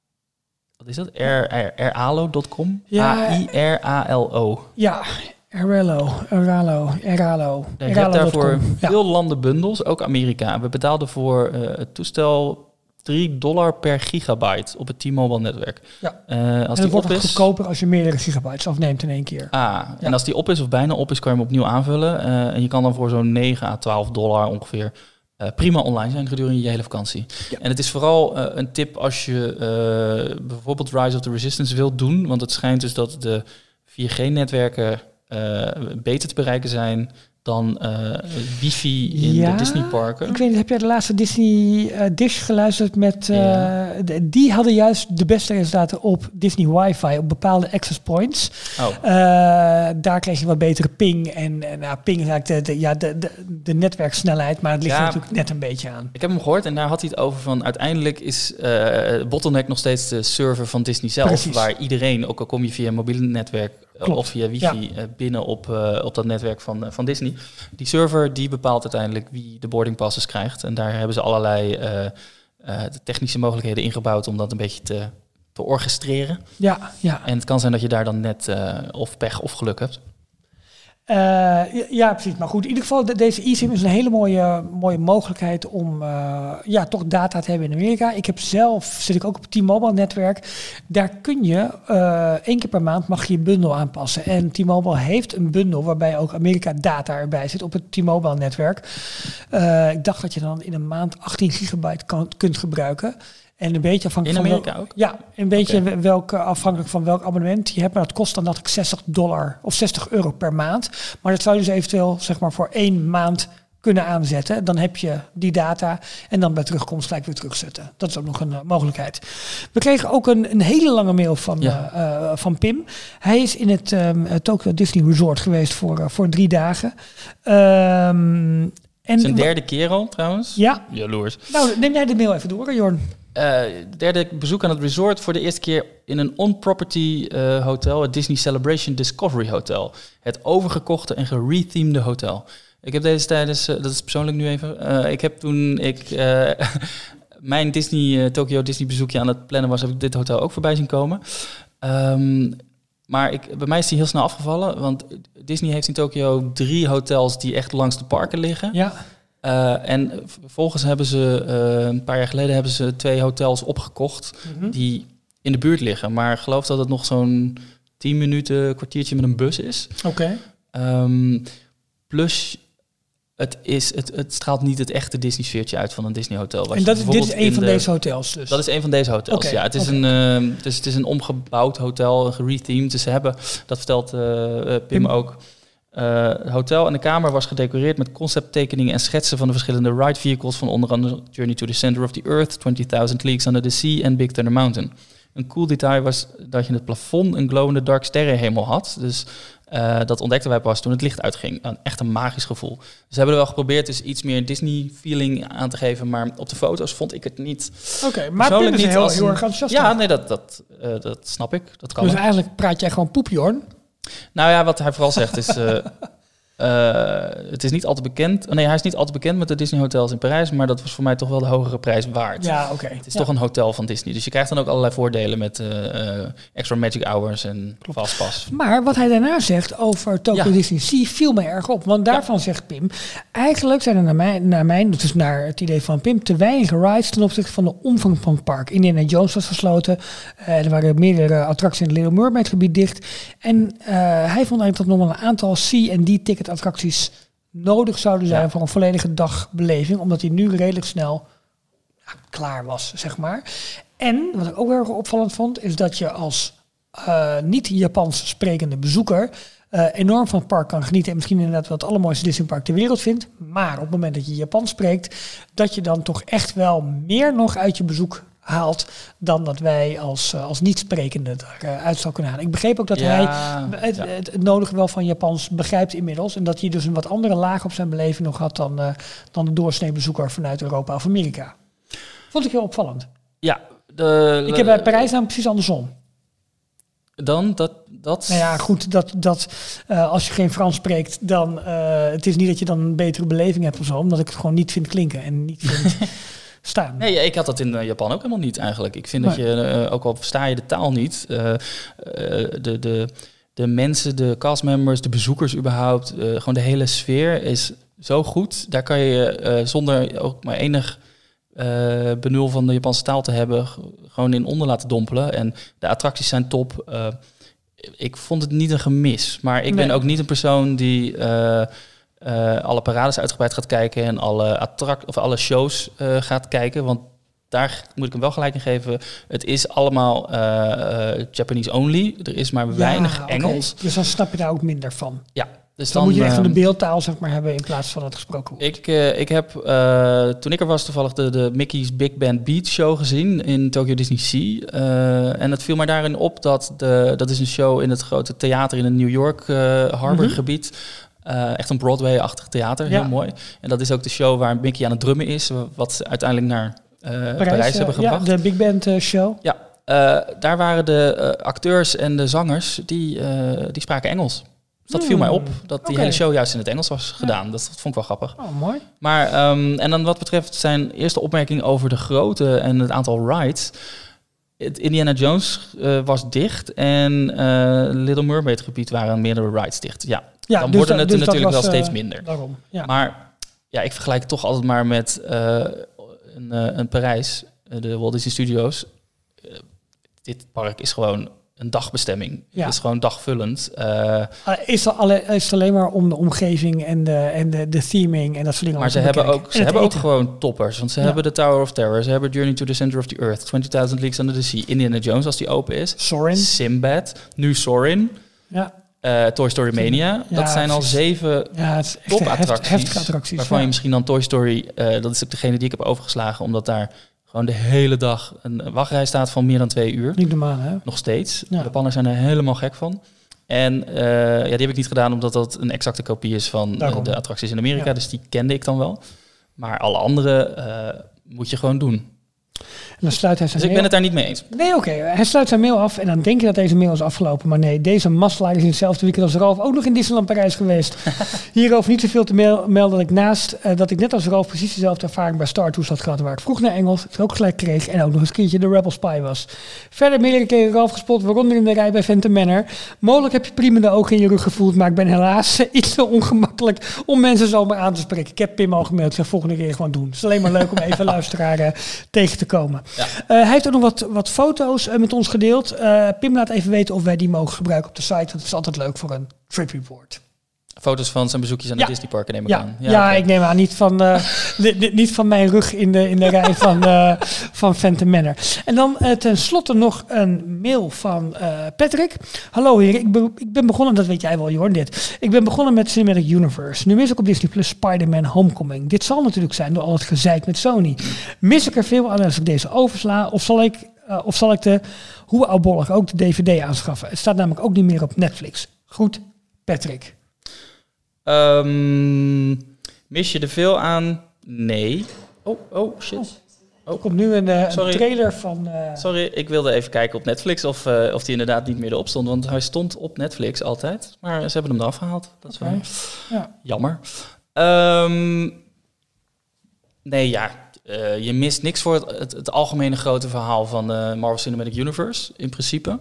Wat is dat? R A L O punt com? Ja. A I R A L O. Ja, Aralo, Aralo, Aralo. Je hebt daarvoor veel ja. landenbundels, ook Amerika. We betaalden voor uh, het toestel drie dollar per gigabyte op het T-Mobile netwerk. Ja. Uh, als en het wordt op is, goedkoper als je meerdere gigabytes afneemt in één keer. Ah, ja. En als die op is of bijna op is, kan je hem opnieuw aanvullen. Uh, en je kan dan voor zo'n negen à twaalf dollar ongeveer uh, prima online zijn gedurende je hele vakantie. Ja. En het is vooral uh, een tip als je uh, bijvoorbeeld Rise of the Resistance wilt doen. Want het schijnt dus dat de vier G-netwerken Uh, beter te bereiken zijn dan uh, wifi in ja, de Disneyparken. Ik weet niet, heb jij de laatste Disney uh, Dish geluisterd met... Uh, ja. de, die hadden juist de beste resultaten op Disney Wi-Fi, op bepaalde access points. Oh. Uh, daar kreeg je wat betere ping. En, en nou, ping is eigenlijk de, de, ja, de, de, de netwerksnelheid, maar het ligt ja, er natuurlijk net een beetje aan. Ik heb hem gehoord en daar had hij het over van... uiteindelijk is uh, bottleneck nog steeds de server van Disney zelf. Precies. Waar iedereen, ook al kom je via een mobiele netwerk... Klopt. Of via wifi ja. binnen op, uh, op dat netwerk van, uh, van Disney. Die server die bepaalt uiteindelijk wie de boarding passes krijgt. En daar hebben ze allerlei uh, uh, de technische mogelijkheden ingebouwd om dat een beetje te, te orchestreren. Ja, ja. En het kan zijn dat je daar dan net uh, of pech of geluk hebt. Uh, ja, ja, precies. Maar goed, in ieder geval, de, deze eSIM is een hele mooie, mooie mogelijkheid om uh, ja, toch data te hebben in Amerika. Ik heb zelf, zit ik ook op het T-Mobile netwerk. Daar kun je uh, één keer per maand mag je je bundel aanpassen. En T-Mobile heeft een bundel waarbij ook Amerika data erbij zit op het T-Mobile netwerk. Uh, ik dacht dat je dan in een maand achttien gigabyte kan, kunt gebruiken. En een beetje afhankelijk in Amerika van welk, ook? Ja, een beetje okay. welk, afhankelijk van welk abonnement je hebt. Maar dat kost dan dat ik zestig dollar of zestig euro per maand. Maar dat zou je dus eventueel zeg maar voor één maand kunnen aanzetten. Dan heb je die data en dan bij terugkomst gelijk weer terugzetten. Dat is ook nog een uh, mogelijkheid. We kregen ook een, een hele lange mail van, ja. uh, uh, van Pim. Hij is in het um, Tokyo Disney Resort geweest voor, uh, voor drie dagen. Um, en zijn derde keer al trouwens? Ja. Jaloers. Nou, neem jij de mail even door, Jorn. Uh, derde bezoek aan het resort voor de eerste keer in een on-property uh, hotel, het Disney Celebration Discovery Hotel. Het overgekochte en gerethemede hotel. Ik heb deze tijdens, uh, dat is persoonlijk nu even, uh, ik heb toen ik uh, mijn Disney, uh, Tokyo Disney bezoekje aan het plannen was, heb ik dit hotel ook voorbij zien komen. Um, maar ik, bij mij is die heel snel afgevallen. Want Disney heeft in Tokio drie hotels die echt langs de parken liggen. Ja. Uh, en vervolgens hebben ze, uh, een paar jaar geleden hebben ze twee hotels opgekocht mm-hmm. die in de buurt liggen. Maar ik geloof dat het nog zo'n tien minuten, kwartiertje met een bus is. Oké. Okay. Um, plus, het, is, het, het straalt niet het echte Disney-sfeertje uit van een Disney-hotel. En dat, dit is een van de, deze hotels dus? Dat is een van deze hotels, okay. ja. Het is, okay. een, uh, dus het is een omgebouwd hotel, gerethemed. Dus ze hebben, dat vertelt uh, Pim, Pim ook... Uh, het hotel en de kamer was gedecoreerd met concepttekeningen en schetsen van de verschillende ride vehicles van onder andere Journey to the Center of the Earth, twenty thousand Leagues Under the Sea en Big Thunder Mountain. Een cool detail was dat je in het plafond een glow-in-the-dark sterrenhemel had. Dus uh, dat ontdekten wij pas toen het licht uitging. Een, echt een magisch gevoel. Dus we hebben er wel geprobeerd dus iets meer Disney-feeling aan te geven, maar op de foto's vond ik het niet. Oké, okay, maar Pim is niet heel, als een, heel erg enthousiast. Ja, nee, dat, dat, uh, dat snap ik. Dat kan dus ook. Eigenlijk praat jij gewoon poepjorn? Nou ja, wat hij vooral zegt is... Uh, Uh, het is niet altijd bekend. Nee, hij is niet altijd bekend met de Disney hotels in Parijs, maar dat was voor mij toch wel de hogere prijs waard. Ja, oké. Okay. Het is ja. toch een hotel van Disney, dus je krijgt dan ook allerlei voordelen met uh, uh, extra magic hours en fastpass. Maar wat hij daarna zegt over Tokyo ja. Disney Sea viel mij erg op, want daarvan ja. zegt Pim, eigenlijk zijn er naar mijn, naar mijn, dus naar het idee van Pim, te weinig rides ten opzichte van de omvang van het park. Indiana Jones was gesloten, uh, er waren meerdere attracties in het Little Mermaid gebied dicht, en uh, hij vond eigenlijk dat nog wel een aantal Sea en D-ticket attracties nodig zouden zijn ja. voor een volledige dagbeleving, omdat hij nu redelijk snel ja, klaar was, zeg maar. En wat ik ook heel erg opvallend vond, is dat je als uh, niet-Japans sprekende bezoeker uh, enorm van het park kan genieten en misschien inderdaad wel het allermooiste Disneypark ter wereld vindt, maar op het moment dat je Japans spreekt, dat je dan toch echt wel meer nog uit je bezoek haalt dan dat wij als, uh, als niet-sprekende eruit zou kunnen halen. Ik begreep ook dat ja, hij het, ja. het, het nodige wel van Japans begrijpt inmiddels en dat hij dus een wat andere laag op zijn beleving nog had dan, uh, dan de doorsnee bezoeker vanuit Europa of Amerika. Vond ik heel opvallend. Ja. De, ik heb bij Parijs nou precies andersom. Dan dat... dat... Nou ja, goed, dat, dat uh, als je geen Frans spreekt, dan... Uh, het is niet dat je dan een betere beleving hebt of zo, omdat ik het gewoon niet vind klinken en niet vind... staan. Nee, ik had dat in Japan ook helemaal niet eigenlijk. Ik vind nee. dat je, uh, ook al versta je de taal niet, uh, uh, de, de, de mensen, de castmembers, de bezoekers überhaupt, uh, gewoon de hele sfeer is zo goed. Daar kan je uh, zonder ook maar enig uh, benul van de Japanse taal te hebben, gewoon in onder laten dompelen. En de attracties zijn top. Uh, ik vond het niet een gemis, maar ik nee. ben ook niet een persoon die... Uh, Uh, alle parades uitgebreid gaat kijken en alle attract of alle shows uh, gaat kijken, want daar moet ik hem wel gelijk in geven. Het is allemaal uh, uh, Japanese only. Er is maar weinig ja, Engels. Okay. Dus dan snap je daar ook minder van. Ja. Dus dan, dan moet je echt uh, de beeldtaal zeg maar hebben in plaats van het gesproken woord. Ik, uh, ik heb uh, toen ik er was toevallig de, de Mickey's Big Band Beat show gezien in Tokyo Disney Sea. Uh, en het viel mij daarin op dat de, dat is een show in het grote theater in het New York uh, Harbor mm-hmm. gebied. Uh, echt een Broadway-achtig theater, heel ja. mooi. En dat is ook de show waar Mickey aan het drummen is, wat ze uiteindelijk naar uh, Parijs, Parijs uh, hebben gebracht. Ja, de Big Band uh, show. Ja, uh, daar waren de uh, acteurs en de zangers, die, uh, die spraken Engels. Dus dat mm. viel mij op, dat die okay. hele show juist in het Engels was gedaan. Ja. Dat, dat vond ik wel grappig. Oh, mooi. Maar, um, en dan wat betreft zijn eerste opmerking over de grootte en het aantal rides. Het Indiana Jones uh, was dicht en uh, Little Mermaid gebied waren meerdere rides dicht. Ja, ja dan dus worden het dus natuurlijk was, wel steeds minder. Uh, daarom, ja. Maar ja, ik vergelijk het toch altijd maar met uh, een, uh, een Parijs, uh, de Walt Disney Studios. Uh, dit park is gewoon een dagbestemming. Ja. Het is gewoon dagvullend. Uh, is, het alle, is het alleen maar om de omgeving en de, en de, de theming en dat soort dingen? Maar ze hebben, ook, ze hebben ook gewoon toppers. Want ze ja. hebben de Tower of Terror. Ze hebben Journey to the Center of the Earth. twenty thousand Leagues Under the Sea. Indiana Jones als die open is. Soarin'. Sinbad. Nu Soarin'. Ja. Uh, Toy Story Mania. Ja, dat zijn al zeven ja, topattracties. Heftige attracties. Waarvan ja. je misschien dan Toy Story... Uh, dat is ook degene die ik heb overgeslagen. Omdat daar... gewoon de hele dag een wachtrij staat van meer dan twee uur. Niet normaal, hè? Nog steeds. Ja. De Japanners zijn er helemaal gek van. En uh, ja, die heb ik niet gedaan omdat dat een exacte kopie is van uh, de attracties in Amerika. Ja. Dus die kende ik dan wel. Maar alle andere uh, moet je gewoon doen. En dan sluit hij zijn Dus ik mail... ben het daar niet mee eens. Nee, oké. Okay. Hij sluit zijn mail af en dan denk je dat deze mail is afgelopen. Maar nee, deze masselaar is in hetzelfde weekend als Ralf ook nog in Disneyland Parijs geweest. Hierover niet zoveel te mail- melden dat ik naast uh, dat ik net als Ralf precies dezelfde ervaring bij Star Tours had gehad, waar ik vroeg naar Engels, het ook gelijk kreeg en ook nog eens een keertje de Rebel Spy was. Verder meerdere keren Ralf gespot, waaronder in de rij bij Phantom Manor. Mogelijk heb je prima de ogen in je rug gevoeld, maar ik ben helaas iets te ongemakkelijk om mensen zomaar aan te spreken. Ik heb Pim al gemeld, ik zeg volgende keer gewoon doen. Het is alleen maar leuk om even luisteraar uh, tegen te komen. Ja. Uh, hij heeft ook nog wat, wat foto's uh, met ons gedeeld. Uh, Pim laat even weten of wij die mogen gebruiken op de site, want het is altijd leuk voor een trip report. Foto's van zijn bezoekjes aan de ja. Disneyparken neem ik ja. aan. Ja, ja okay. Ik neem aan. Niet van, uh, li, li, niet van mijn rug in de, in de rij van, uh, van Phantom Manor. En dan uh, ten slotte nog een mail van uh, Patrick. Hallo heren, ik, be, ik ben begonnen, dat weet jij wel Jorn, dit. Ik ben begonnen met Cinematic Universe. Nu mis ik op Disney Plus Spider-Man Homecoming. Dit zal natuurlijk zijn door al het gezeik met Sony. Mis ik er veel aan als ik deze oversla? Of zal ik, uh, of zal ik de, hoe oudbollig ook, de D V D aanschaffen? Het staat namelijk ook niet meer op Netflix. Goed, Patrick. Um, mis je er veel aan? Nee. Oh, oh, shit. Oh. Er komt nu een, uh, een trailer van... Uh... Sorry, ik wilde even kijken op Netflix of, uh, of die inderdaad niet meer erop stond. Want hij stond op Netflix altijd. Maar ze hebben hem eraf gehaald. Dat is okay. wel ja. jammer. Um, nee, ja. Uh, je mist niks voor het, het, het algemene grote verhaal van de Marvel Cinematic Universe. In principe.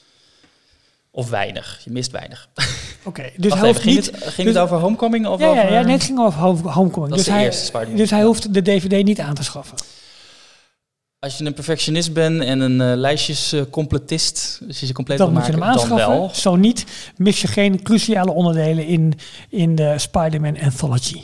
Of weinig. Je mist weinig. Oké, okay, dus Wacht hij even, hoeft ging niet... Het, ging dus, het over Homecoming? Of ja, over, ja, ja, nee, het ging over Homecoming. Dat dus, is de hij, eerste Spider-Man. dus hij hoeft de D V D niet aan te schaffen. Als je een perfectionist bent en een uh, lijstjescompletist, uh, dus je ze compleet dan wil moet je maken, hem aanschaffen. Dan wel. Zo niet, mis je geen cruciale onderdelen in, in de Spider-Man Anthology.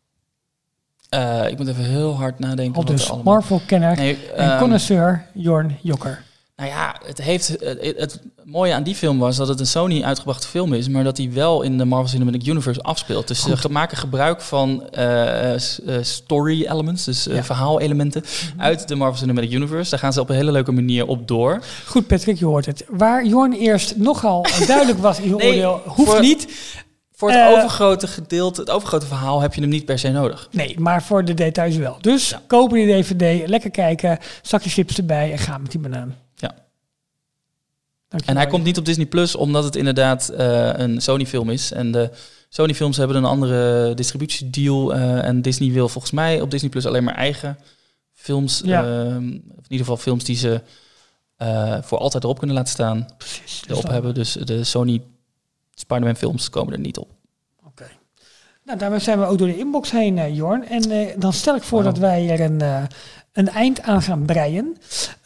Uh, ik moet even heel hard nadenken. Al dus Marvel-kenner nee, en um, connoisseur Jorn Jokker. Nou ja, het, heeft, het, het mooie aan die film was dat het een Sony uitgebrachte film is, maar dat die wel in de Marvel Cinematic Universe afspeelt. Dus Goed. ze maken gebruik van uh, story elements, dus uh, ja. verhaalelementen mm-hmm. uit de Marvel Cinematic Universe. Daar gaan ze op een hele leuke manier op door. Goed, Patrick, je hoort het. Waar Jorn eerst nogal duidelijk was in je nee, oordeel, hoeft voor, niet. Voor het uh, overgrote gedeelte, het overgrote verhaal heb je hem niet per se nodig. Nee, maar voor de details wel. Dus ja. kopen die D V D, lekker kijken, zakje chips erbij en ga met die banaan. Ja. En hij komt niet op Disney Plus, omdat het inderdaad uh, een Sony-film is. En de Sony-films hebben een andere distributiedeal. Uh, en Disney wil volgens mij op Disney Plus alleen maar eigen films. Ja. Uh, of in ieder geval films die ze uh, voor altijd erop kunnen laten staan. Precies. Erop dus hebben. Dus de Sony Spider-Man films komen er niet op. Oké. Okay. Nou, daarmee zijn we ook door de inbox heen, uh, Jorn. En uh, dan stel ik voor oh. dat wij er een, uh, een eind aan gaan breien.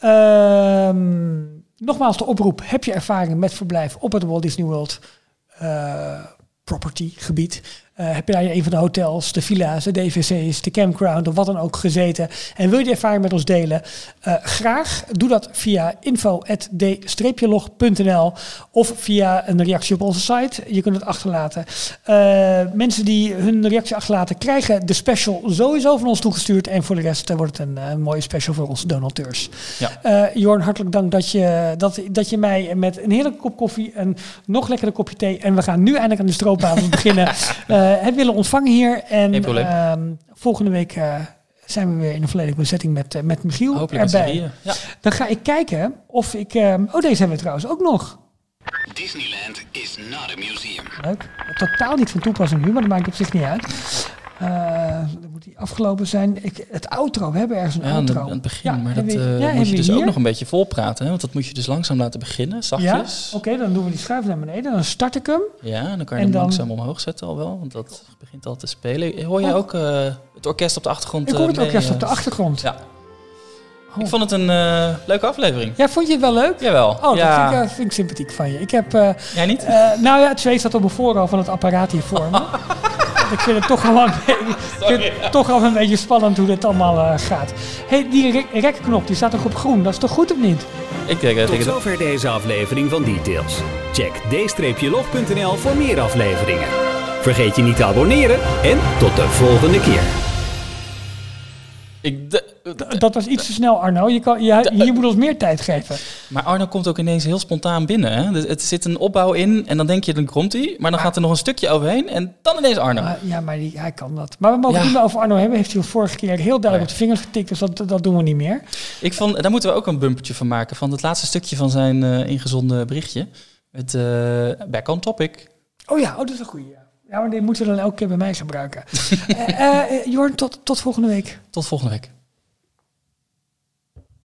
Ehm... Uh, Nogmaals de oproep, heb je ervaring met verblijf op het Walt Disney World uh, property gebied? Uh, heb je daar in een van de hotels, de villa's, de D V C's, de campground of wat dan ook gezeten? En wil je die ervaring met ons delen? Uh, graag, doe dat via info at d log punt n l of via een reactie op onze site. Je kunt het achterlaten. Uh, mensen die hun reactie achterlaten krijgen de special sowieso van ons toegestuurd. En voor de rest uh, wordt het een, een mooie special voor onze donateurs. Ja. Uh, Jorn, hartelijk dank dat je, dat, dat je mij met een heerlijke kop koffie, een nog lekkerder kopje thee en we gaan nu eindelijk aan de stroopwafels beginnen. Uh, het willen ontvangen hier. En uh, volgende week uh, zijn we weer in een volledige bezetting met, uh, met Michiel Hopelijk erbij. Ja. Dan ga ik kijken of ik... Uh, oh, deze hebben we trouwens ook nog. Disneyland is not a museum. Leuk. Totaal niet van toepassing nu, maar dat maakt op zich niet uit. Uh, dan moet die afgelopen zijn. Ik, het outro, we hebben ergens een ja, outro. aan het begin, ja, maar dat uh, ja, moet je dus hier ook nog een beetje vol praten. Hè? Want dat moet je dus langzaam laten beginnen, zachtjes. Ja, oké, okay, dan doen we die schuif naar beneden. Dan start ik hem. Ja, en dan kan je en hem dan... langzaam omhoog zetten al wel. Want dat begint al te spelen. Hoor je oh. ook uh, het orkest op de achtergrond? Ik hoor het mee, orkest uh, op de achtergrond. Ja. Oh. Ik vond het een uh, leuke aflevering. Ja, vond je het wel leuk? Jawel. Oh, ja. dat vind ik, uh, vind ik sympathiek van je. Ik heb... Uh, Jij niet? Uh, nou ja, het zweet staat op mijn voorhoofd van het apparaat hier voor me. Ik vind het toch al een, Sorry, ja. toch al een beetje spannend hoe dit allemaal uh, gaat. Hey, die re- rekknop die staat toch op groen? Dat is toch goed of niet? Ik denk dat Tot zover deze aflevering van Details. Check d log punt n l voor meer afleveringen. Vergeet je niet te abonneren en tot de volgende keer. Ik de- D- dat was iets te snel, Arno. Je, kan, je, je moet ons meer tijd geven. Maar Arno komt ook ineens heel spontaan binnen. Hè? Dus het zit een opbouw in en dan denk je, dan komt hij. Maar dan maar, gaat er nog een stukje overheen en dan ineens Arno. Uh, ja, maar die, hij kan dat. Maar we mogen ja. niet meer over Arno hebben. Heeft hij de vorige keer heel duidelijk oh ja. op de vingers getikt. Dus dat, dat doen we niet meer. Ik vond, daar moeten we ook een bumpertje van maken. Van het laatste stukje van zijn uh, ingezonden berichtje. Het uh, back on topic. Oh ja, oh, dat is een goeie. Ja. Ja, maar die moeten we dan elke keer bij mij gebruiken. uh, uh, Jorn, tot, tot volgende week. Tot volgende week.